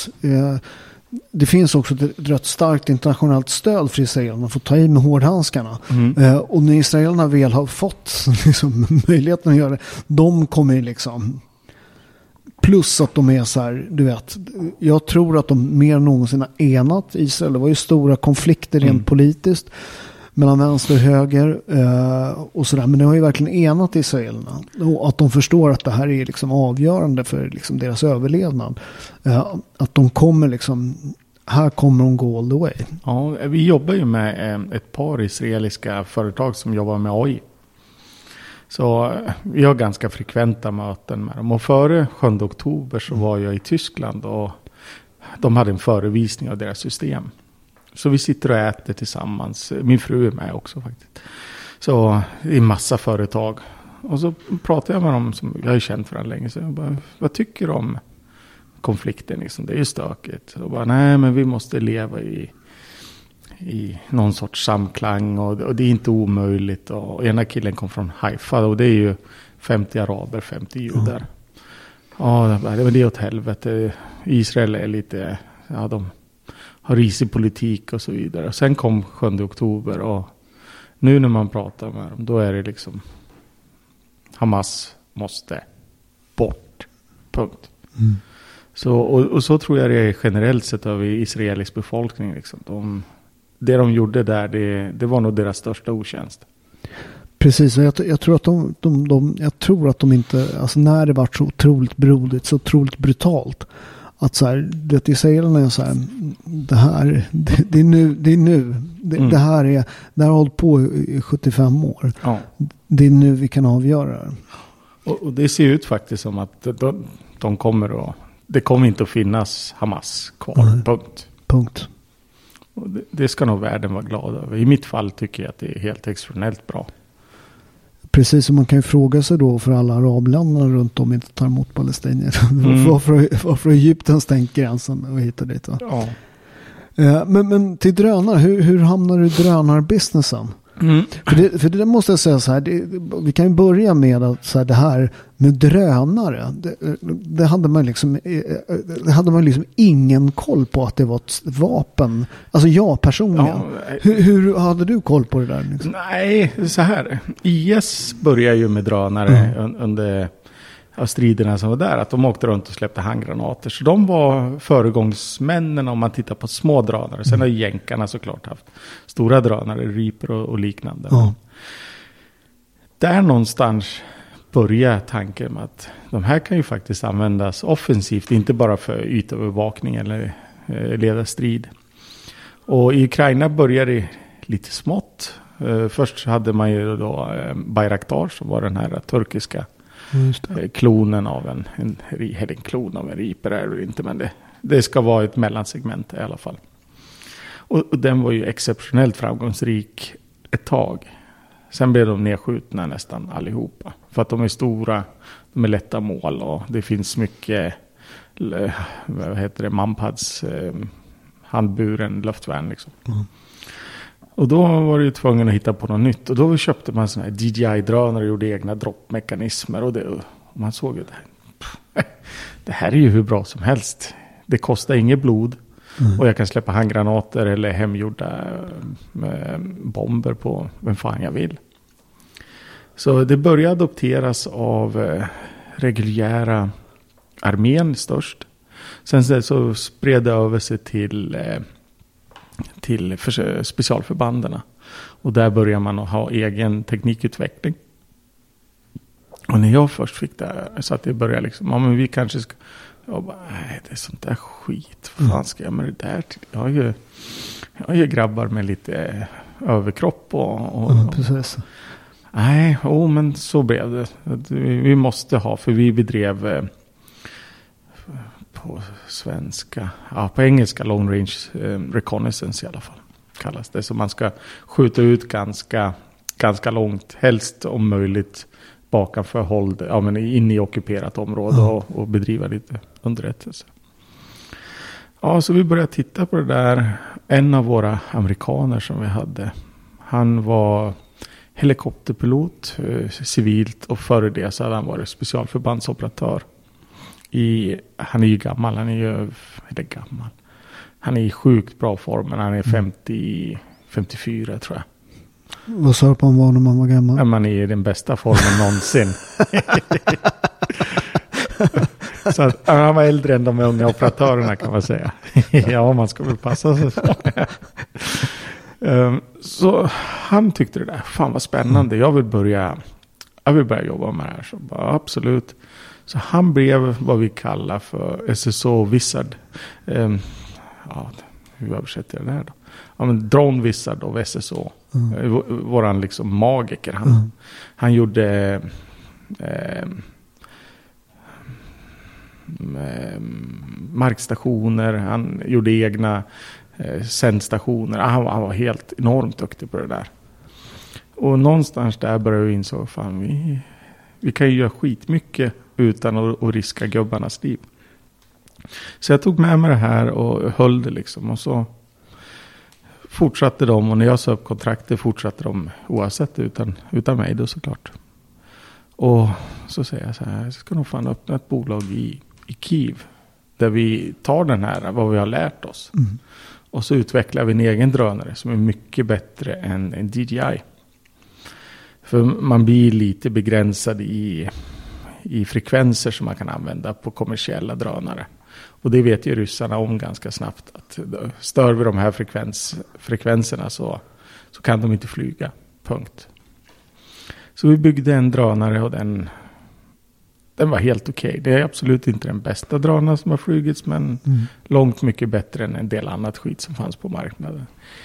det finns också ett rätt starkt internationellt stöd för israelerna att få ta i med hårdhandskarna. Mm. Och när israelerna väl har fått liksom möjligheten att göra det, de kommer liksom, plus att de är så här, du vet, jag tror att de mer än någonsin har enat Israel. Det var ju stora konflikter rent politiskt mellan vänster och höger och sådär. Men det har ju verkligen enat israelerna. Och att de förstår att det här är liksom avgörande för liksom deras överlevnad. Att de kommer liksom, här kommer de gå all the way. Ja, vi jobbar ju med ett par israeliska företag som jobbar med AI. Så vi har ganska frekventa möten med dem. Och före 7 oktober så var jag i Tyskland och de hade en förevisning av deras system. Så vi sitter och äter tillsammans. Min fru är med också faktiskt. Så det är massa företag. Och så pratar jag med dem som jag har känt varandra länge. Så jag bara, vad tycker du om konflikten? Liksom? Det är ju stökigt. Och bara, nej men vi måste leva i någon sorts samklang. Och det är inte omöjligt. Och ena killen kom från Haifa. Och det är ju 50 araber, 50 judar. Ja, men det är åt helvete. Israel är lite, ja de har risig politik och så vidare. Sen kom 7 oktober och nu när man pratar med dem, då är det liksom Hamas måste bort. Punkt. Mm. Så, och så tror jag det är generellt sett över israelisk befolkning. Liksom. Det de gjorde där, det var nog deras största otjänst. Precis, jag tror att de inte, alltså när det var så otroligt blodigt, så otroligt brutalt, att så här, det israelerna är så här, det är nu. Det här har hållit på i 75 år. Ja. Det är nu vi kan avgöra det. Och det ser ut faktiskt som att de kommer det kommer inte att finnas Hamas kvar. Punkt. Och det ska nog världen vara glad över. I mitt fall tycker jag att det är helt exceptionellt bra. Precis som man kan ju fråga sig då för alla arabländerna runt om inte tar emot palestinier. Varför Egypten stängt gränsen och hittar dit. Va? Ja. Men till drönare, hur hamnar du i drönarbusinessen? Mm. För det måste jag säga så här, vi kan ju börja med att så här, det här med drönare, det hade man liksom ingen koll på att det var ett vapen. Alltså jag personligen. Ja, hur hade du koll på det där? Liksom? Nej, så här. IS började ju med drönare under striderna som var där, att de åkte runt och släppte handgranater. Så de var föregångsmännen om man tittar på små drönare. Sen har jänkarna såklart haft stora drönare, Reaper och liknande. Där någonstans börjar tanken med att de här kan ju faktiskt användas offensivt, inte bara för ytövervakning eller leda strid. Och i Ukraina började det lite smått. Först hade man ju då Bayraktar som var den här turkiska klonen av en klon av en Reaper är det inte, men det ska vara ett mellansegment i alla fall. Och den var ju exceptionellt framgångsrik ett tag. Sen blev de nedskjutna nästan allihopa. För att de är stora, de är lätta mål och det finns mycket manpads, handburen luftvärn liksom. Och då var det ju tvungen att hitta på något nytt. Och då köpte man såna här DJI-drönare och gjorde egna droppmekanismer. Och man såg ju det här är ju hur bra som helst. Det kostar inget blod. Och jag kan släppa handgranater eller hemgjorda bomber på vem fan jag vill. Så det började adopteras av reguljära armén störst. Sen så spred det över sig till specialförbanderna. Och där börjar man att ha egen teknikutveckling. Och när jag först fick det så att det började liksom, ja men vi kanske ska, jag bara, nej det är sånt där skit. Vad fan ska jag med det där till? Jag har ju grabbar med lite överkropp och precis. Nej, men så blev det. Vi måste ha, för vi bedrev på svenska? Ja, på engelska long range reconnaissance i alla fall kallas det. Så man ska skjuta ut ganska långt, helst om möjligt bakanför håll, men in i ockuperat område och bedriva lite underrättelse. Ja, så vi började titta på det där. En av våra amerikaner som vi hade, han var helikopterpilot, civilt, och före det så hade han varit specialförbandsoperatör. Han är ju gammal, han är i sjukt bra form, men han är 54 tror jag. Vad sa du på honom när man var gammal? Man är i den bästa formen någonsin. Så att, han var äldre än de unga operatörerna kan man säga. Ja, man ska väl passa sig så. Så han tyckte det där, fan vad spännande. Jag vill börja jobba med det här. Så bara, absolut. Så han blev vad vi kallar för SSO Wizard. Hur översätter jag det här då? Ja, men Drone Wizard av SSO. Våran liksom magiker. Han gjorde markstationer. Han gjorde egna sändstationer. Han var helt enormt duktig på det där. Och någonstans där började vi inså, fan vi kan ju göra skitmycket utan att riska gubbarnas liv. Så jag tog med mig det här och höll det liksom. Och så fortsatte de, och när jag sa upp kontraktet fortsatte de oavsett utan mig då såklart. Och så säger jag så här, jag ska nog fan öppna ett bolag i Kiev där vi tar den här, vad vi har lärt oss. Och så utvecklar vi en egen drönare som är mycket bättre än en DJI. För man blir lite begränsad i frekvenser som man kan använda på kommersiella drönare. Och det vet ju ryssarna om ganska snabbt. Att stör vi de här frekvenserna så kan de inte flyga. Punkt. Så vi byggde en drönare och den var helt okej. Det är absolut inte den bästa drönaren som har flygits, men långt mycket bättre än en del annat skit som fanns på marknaden.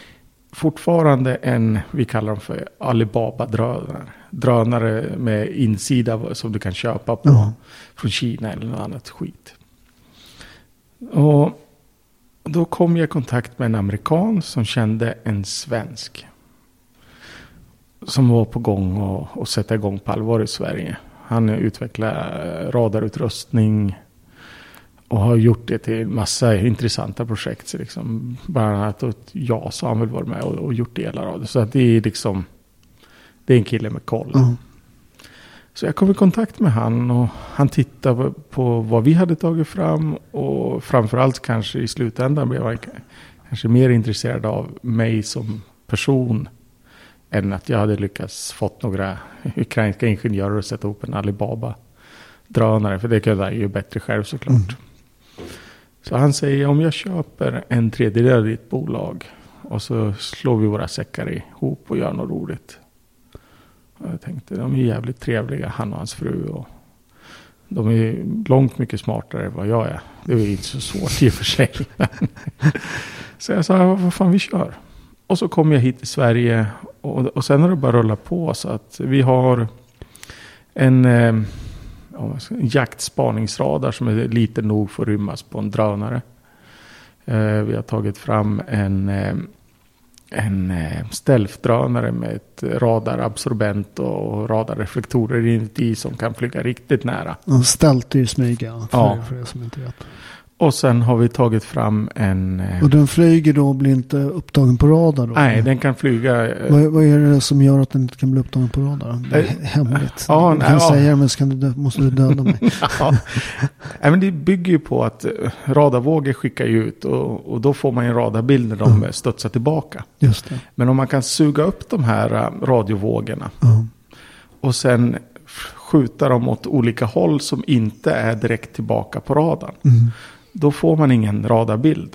Fortfarande vi kallar dem för Alibaba-drönare. Drönare med insida som du kan köpa från Kina eller något annat skit. Och då kom jag i kontakt med en amerikan som kände en svensk som var på gång och sätta igång på allvar i Sverige. Han utvecklar radarutrustning och har gjort det till massa intressanta projekt. Så liksom, bland annat åt JAS har han väl varit med och gjort delar av det. Så att det är liksom, det är en kille med koll. Så jag kom i kontakt med han och han tittade på vad vi hade tagit fram. Och framförallt kanske i slutändan blev han kanske mer intresserad av mig som person än att jag hade lyckats fått några ukrainska ingenjörer att sätta ihop en Alibaba-drönare. För det kunde jag ju bättre själv såklart. Så han säger, om jag köper 1/3 av ditt bolag och så slår vi våra säckar ihop och gör något roligt. Och jag tänkte, de är jävligt trevliga, han och hans fru. Och de är långt mycket smartare än vad jag är. Det är inte så svårt i och för sig. Så jag sa, vad fan vi kör. Och så kom jag hit till Sverige och sen har det bara rullat på så att vi har en jaktspaningsradar som är lite nog för att rymmas på en drönare. Vi har tagit fram en stealth-drönare med ett radarabsorbent och radarreflektorer inuti som kan flyga riktigt nära. Stealth är ju smyga för er som inte vet. Och sen har vi tagit fram en... Och den flyger då och blir inte upptagen på radar då? Nej, den kan flyga... Vad är det som gör att den inte kan bli upptagen på radar? Det är hemligt. Du kan säga det, men måste du döda mig. Nej, men det bygger ju på att radarvågor skickar ut och då får man en radarbild när de studsar tillbaka. Just det. Men om man kan suga upp de här radiovågorna och sen skjuta dem åt olika håll som inte är direkt tillbaka på radarn. Då får man ingen radarbild.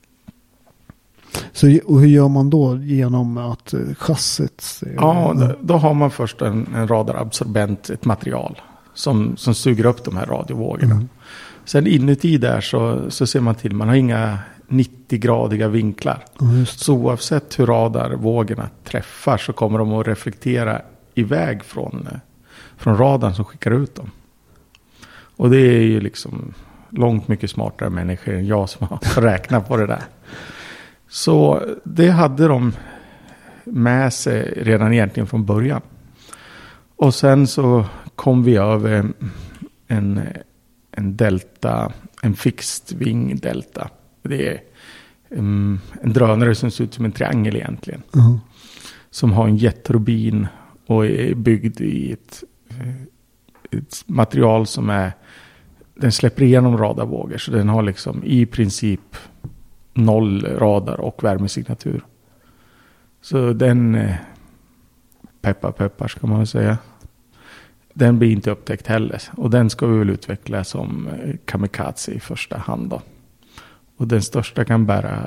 Så och hur gör man då genom att chassit? Då har man först en radarabsorbent, ett material som suger upp de här radiovågorna. Sen inuti där så ser man till, man har inga 90-gradiga vinklar. Så oavsett hur radarvågorna träffar så kommer de att reflektera iväg från radarn som skickar ut dem. Och det är ju liksom långt mycket smartare människor än jag som har räknat på det där. Så det hade de med sig redan egentligen från början. Och sen så kom vi över en delta, en fixed wing delta. Det är en drönare som ser ut som en triangel egentligen. Som har en jetturbin och är byggd i ett material som är, den släpper igenom radarvågor, så den har liksom i princip 0 radar och värmesignatur. Så den peppar ska man säga. Den blir inte upptäckt heller. Och den ska vi väl utveckla som kamikaze i första hand då. Och den största kan bära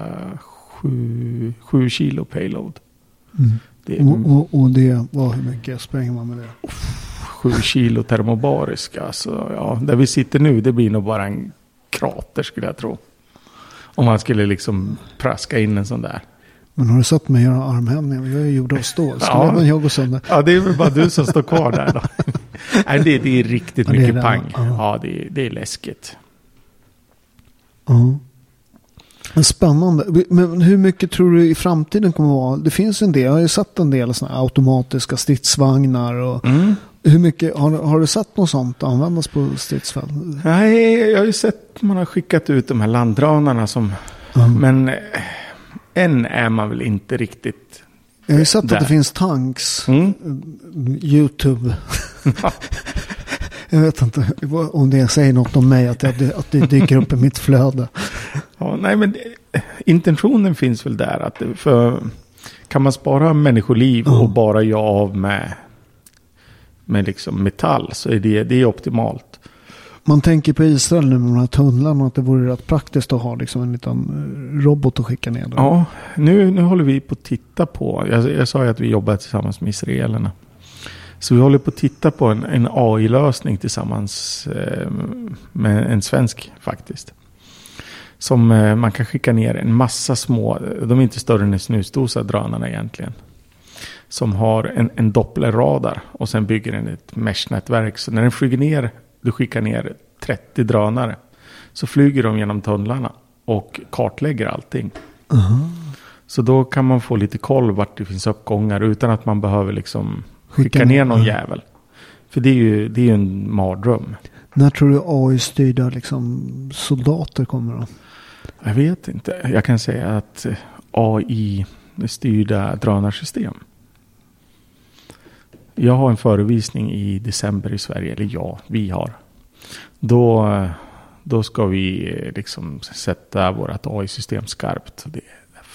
7 kilo payload. Det och det var hur mycket spränger man med det? 7 kilo termobariska. Alltså, ja, där vi sitter nu, det blir nog bara en krater skulle jag tro. Om man skulle liksom praska in en sån där. Men har du sett mig göra armhävningar? Jag är gjord av stål. Skulle jag gå sönder? Ja, det är väl bara du som står kvar där då. Nej, det är riktigt mycket pang. Ja, det är läskigt. Spännande. Men hur mycket tror du i framtiden kommer att vara? Det finns en del, jag har ju sett en del såna automatiska stridsvagnar. Och hur mycket, har du sett något sånt användas på stridsfält? Nej, jag har ju sett man har skickat ut de här landdrönarna som... Men än är man väl inte riktigt... Jag har ju sett att det finns tanks. YouTube. Jag vet inte om det säger något om mig att det dyker upp i mitt flöde. Ja, nej, men intentionen finns väl där. Kan man spara människoliv och bara göra av med liksom metall, så är det är optimalt. Man tänker på Israel nu med de här tunnlarna, att det vore rätt praktiskt att ha liksom en liten robot att skicka ner. Ja, nu håller vi på att titta på, jag sa ju att vi jobbar tillsammans med israelerna. Så vi håller på att titta på en AI-lösning tillsammans med en svensk faktiskt. Som man kan skicka ner en massa små, de är inte större än en snusdosa drönarna egentligen. Som har en dopplerradar och sen bygger den ett mesh-nätverk. Så när den flyger ner, du skickar ner 30 drönare. Så flyger de genom tunnlarna och kartlägger allting. Så då kan man få lite koll vart det finns uppgångar utan att man behöver liksom skicka ner någon jävel. För det är ju en mardröm. När tror du AI-styrda liksom soldater kommer då? Jag vet inte. Jag kan säga att AI-styrda drönarsystem. Jag har en förevisning i december i Sverige. Eller vi har. Då ska vi liksom sätta vårt AI-system skarpt. Det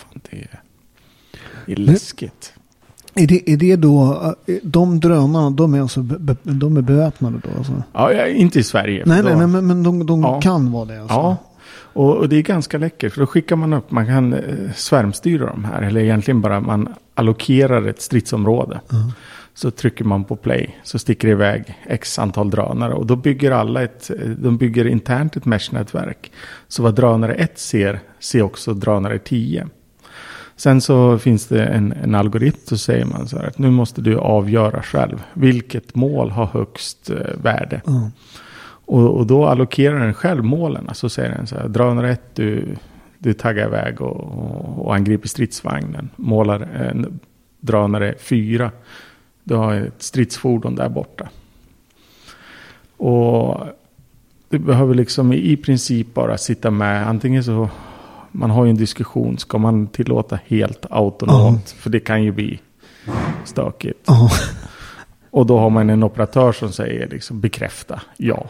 är läskigt. Är det då, de drönarna, de är beväpnade då? Alltså? Ja, inte i Sverige. Nej, men de kan vara det. Alltså. Ja, och det är ganska läckert. För då skickar man upp, man kan svärmstyra de här. Eller egentligen bara man allokerar ett stridsområde. Så trycker man på play. Så sticker det iväg x antal drönare. Och då bygger de bygger internt ett mesh-nätverk. Så vad drönare 1 ser också drönare 10. Sen så finns det en algoritm, så säger man så här att nu måste du avgöra själv vilket mål har högst värde. Och då allokerar den själv målen. Så säger den så här, drönare 1 du taggar iväg och angriper stridsvagnen. Drönare 4 du har ett stridsfordon där borta. Och du behöver liksom i princip bara sitta med, antingen så man har ju en diskussion, ska man tillåta helt autonomt? För det kan ju bli stökigt. Och då har man en operatör som säger liksom bekräfta, ja.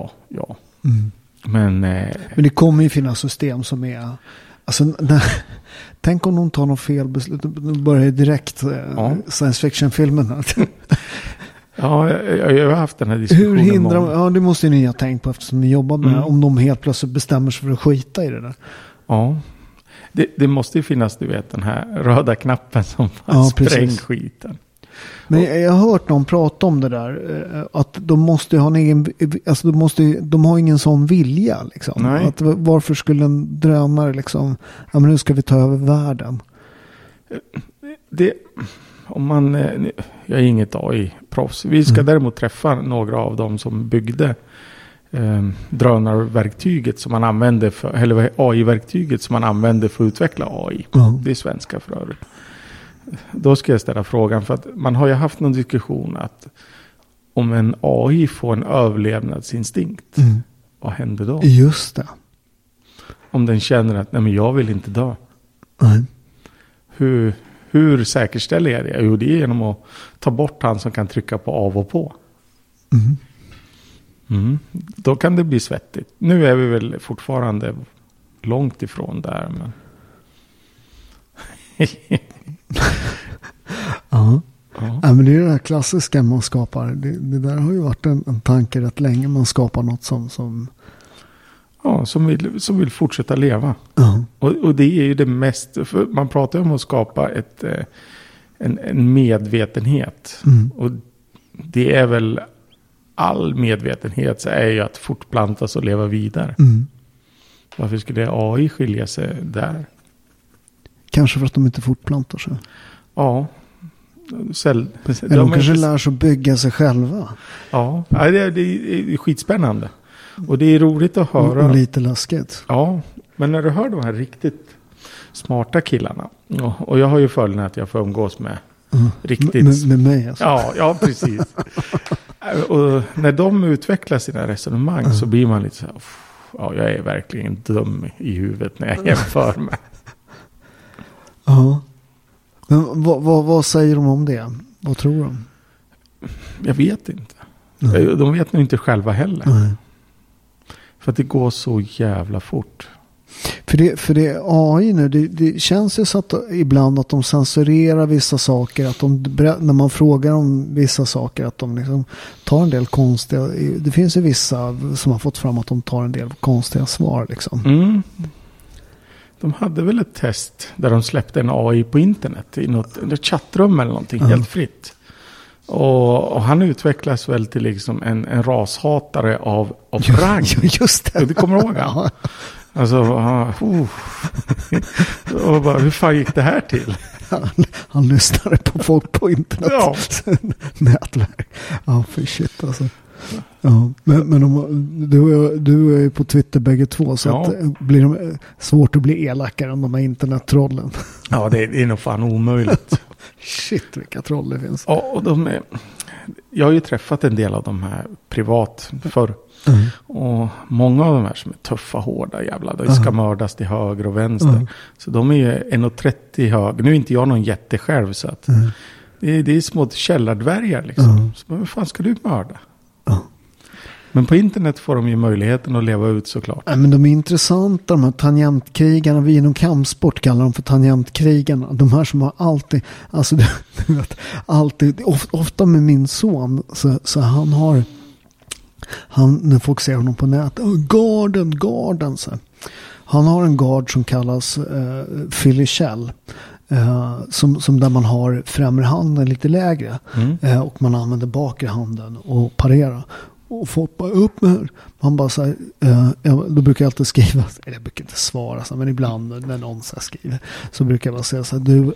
Men det kommer ju finnas system som är, alltså tänk om de tar något fel beslut, då börjar direkt science fiction-filmen här. Ja, jag har haft den här diskussionen. Hur hindrar man? Ja, det måste ni ha tänkt på eftersom ni jobbar med det. Om de helt plötsligt bestämmer sig för att skita i det där. Ja, det måste ju finnas, du vet, den här röda knappen som spräng skiten. Men jag har hört någon prata om det där, att de måste ha en egen, alltså de har ingen sån vilja liksom. Att varför skulle en drönare liksom, ja men nu ska vi ta över världen. Jag är inget AI-proffs. Vi ska däremot träffa några av dem som byggde drönarverktyget som man använder för, eller AI-verktyget som man använder för att utveckla AI. Det är svenska för övrigt. Då ska jag ställa frågan, för att man har ju haft någon diskussion att om en AI får en överlevnadsinstinkt, vad händer då? Just det. Om den känner att nej, men jag vill inte dö. Nej. Hur säkerställer jag det? Jo, det är genom att ta bort han som kan trycka på av och på. Då kan det bli svettigt. Nu är vi väl fortfarande långt ifrån där. Men... Ja, men det är det här klassiska man skapar. Det där har ju varit en tanke rätt länge. Man skapar något som... Ja, som vill fortsätta leva. Och det är ju det mest... För man pratar om att skapa en medvetenhet. Och det är väl... All medvetenhet så är ju att fortplantas och leva vidare. Varför skulle AI skilja sig där? Kanske för att de inte fortplantar sig. Ja. Eller de kanske lär sig att bygga sig själva. Ja, det är skitspännande. Och det är roligt att höra. Och lite läskigt. Ja, men när du hör de här riktigt smarta killarna. Och jag har ju följden att jag får umgås med riktigt... Med mig alltså. Ja, precis. Och när de utvecklar sina resonemang så blir man lite så här, ja, jag är verkligen dum i huvudet när jag jämför med. Ja. Men vad säger de om det? Vad tror de? Jag vet inte. De vet nog inte själva heller. För att det går så jävla fort. För det AI nu, det känns ju så att ibland att de censurerar vissa saker, att när man frågar om vissa saker att de liksom tar en del konstiga, det finns ju vissa som har fått fram att de tar en del konstiga svar liksom. De hade väl ett test där de släppte en AI på internet i något chattrum eller någonting helt fritt. Och han utvecklas väl till liksom en rashatare av rang. Just det. Du kommer ihåg han? Alltså, och bara, hur fan gick det här till? Han lyssnade på folk på internet. Ja. Nätverk. Ja, för shit alltså. Ja, men du är ju på Twitter bägge två, så att blir de svårt att bli elakare än de här internettrollen. Ja, det är nog fan omöjligt. Shit, vilka troll det finns. Ja, och jag har ju träffat en del av de här privat förr. Och många av de här som är tuffa, hårda jävla, de ska mördas till höger och vänster. Så de är ju 1,30 hög. Nu är inte jag någon jätte själv, så att det är små källardvärgar liksom. Så vad fan ska du mörda? Men på internet får de ju möjligheten att leva ut såklart. Ja, men de är intressanta, de här tangentkrigarna. Vi inom kampsport kallar dem för tangentkrigarna. De här som har alltid, alltså du vet, alltid, ofta med min son, så han när folk ser honom på nätet, garden så. Han har en gard som kallas Philly Shell. Som där man har främre handen lite lägre. Och man använder bakre handen och parera. Och folk bara upp med här. Man bara så här, då brukar jag alltid skriva, eller jag brukar inte svara så, men ibland när någon så här skriver så brukar jag bara säga så här, du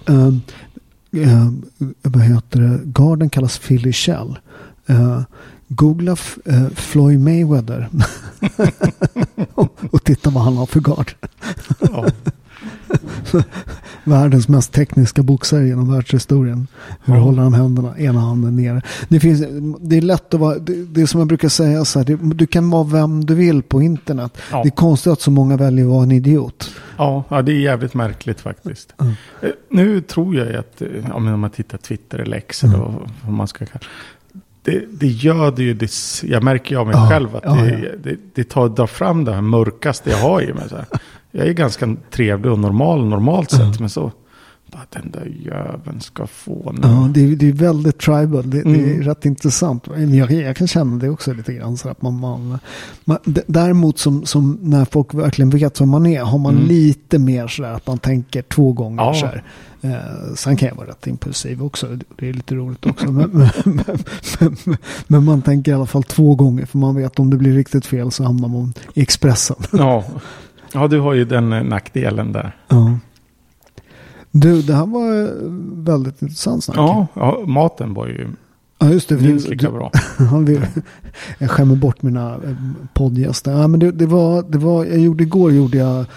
vad heter det, garden kallas Philly Shell. Googla Floyd Mayweather och titta vad han har för gard. Världens mest tekniska boxare genom världshistorien. Hur håller de händerna, ena handen nere. Det är lätt att vara, det är som jag brukar säga så här, du kan vara vem du vill på internet. Det är konstigt att så många väljer att vara en idiot. Ja, det är jävligt märkligt faktiskt. Nu tror jag att om man tittar Twitter eller X eller vad man ska kalla det gör det ju, jag märker ju av mig själv att det drar fram det här mörkaste jag har i mig. Så här. Jag är ganska trevlig och normalt sett, men så bara den där jäveln ska få nu. Ja, det är väldigt tribal. Det är rätt intressant. Jag kan känna det också lite grann. Så att man, däremot som när folk verkligen vet vem man är, har man lite mer sådär att man tänker 2 gånger så här. Sen kan jag vara rätt impulsiv också. Det är lite roligt också. men man tänker i alla fall 2 gånger, för man vet om det blir riktigt fel så hamnar man i Expressen. Ja, du har ju den nackdelen där. Ja. Du, det här var väldigt intressant snack. Ja, maten var ju Ja, just det. Minst lika bra. Jag skämmer bort mina poddgäster. Ja, men det var igår gjorde jag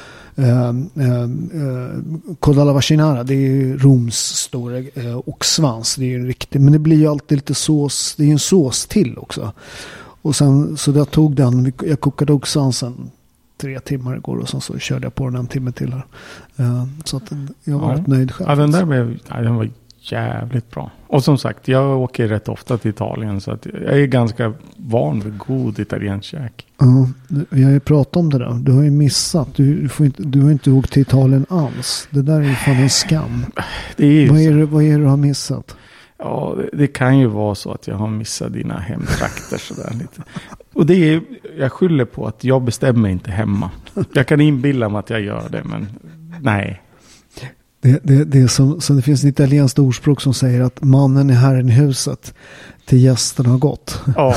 Kodala Vashinara. Det är ju Roms stora oxsvans. Det är ju riktigt. Men det blir ju alltid lite sås. Det är ju en sås till också. Och sen så jag tog den. Jag kokade oxsvansen 3 timmar igår och sen så körde jag på den en timme till här. Så att jag var rätt nöjd själv. Ja, den var jävligt bra. Och som sagt, jag åker rätt ofta till Italien så att jag är ganska van vid god italiensk käk. Ja, vi har ju pratat om det där. Du har ju missat. Du har inte åkt till Italien alls. Det där är ju fan en skam. Det är ju vad är det du har missat? Ja, det kan ju vara så att jag har missat dina hemtrakter sådär lite. Och jag skyller på att jag bestämmer inte hemma. Jag kan inbilla mig att jag gör det, men nej. Det är som det finns ett italienskt ordspråk som säger att mannen är herren i huset till gästerna har gått. Ja.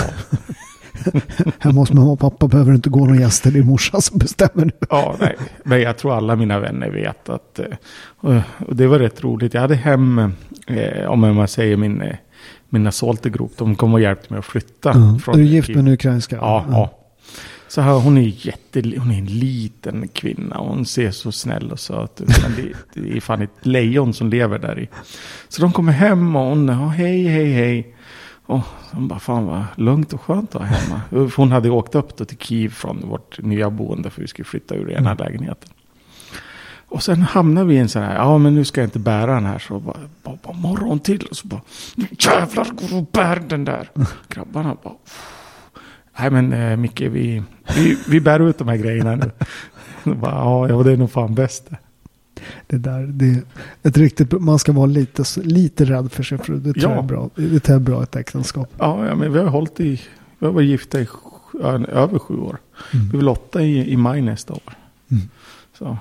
Hemma hos mamma och pappa behöver inte gå någon gäster, det är morsan som bestämmer nu. Ja, nej. Men jag tror alla mina vänner vet att och det var rätt roligt. Jag hade hem, om man säger mina soltegrop, de kom och hjälpte mig att flytta. Är du gift med en ukrainska? Ja. Så här, hon är en liten kvinna och hon ser så snäll och söt ut. Men det är fan ett lejon som lever där i. Så de kommer hem och hon, hej. Och hon bara, fan vad lugnt och skönt att vara hemma. Hon hade åkt upp till Kiev från vårt nya boende för vi skulle flytta ur den här lägenheten. Och sen hamnar vi i en sån här, men nu ska jag inte bära den här. Så bara morgon till och så bara, jävlar går och bär den där. Grabbarna bara, nej men Micke, vi bär ut de här grejerna nu. Bara, det är nog fan bäst. Det är ett riktigt, man ska vara lite rädd för sin fru. Det tror jag är bra. Det är bra ett äktenskap. Ja, men vi har varit gifta i över 7 år. Vi vill 8 i maj nästa år. Så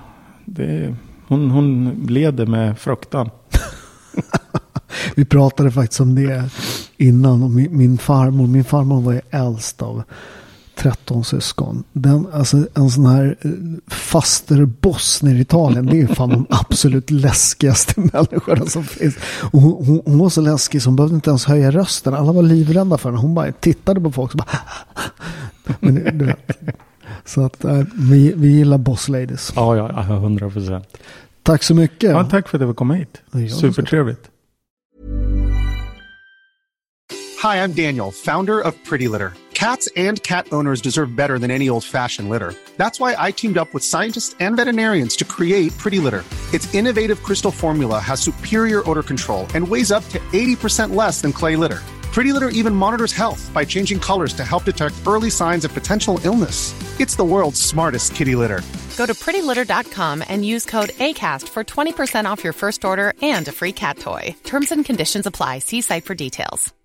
hon leder med fruktan. Vi pratade faktiskt om det innan. Och min farmor var ju äldst av 13 syskon. En sån här fasterboss nere i Italien, det är fan de absolut läskigaste människorna som finns. Och hon var så läskig som behövde inte ens höja rösten. Alla var livrädda för henne. Hon bara tittade på folk och bara men du vet. Så att vi gillar boss ladies. Ja, 100%. Tack så mycket. Ja, tack för att du kom hit. Supertrevligt. Hi, I'm Daniel, founder of Pretty Litter. Cats and cat owners deserve better than any old-fashioned litter. That's why I teamed up with scientists and veterinarians to create Pretty Litter. Its innovative crystal formula has superior odor control and weighs up to 80% less than clay litter. Pretty Litter even monitors health by changing colors to help detect early signs of potential illness. It's the world's smartest kitty litter. Go to prettylitter.com and use code ACAST for 20% off your first order and a free cat toy. Terms and conditions apply. See site for details.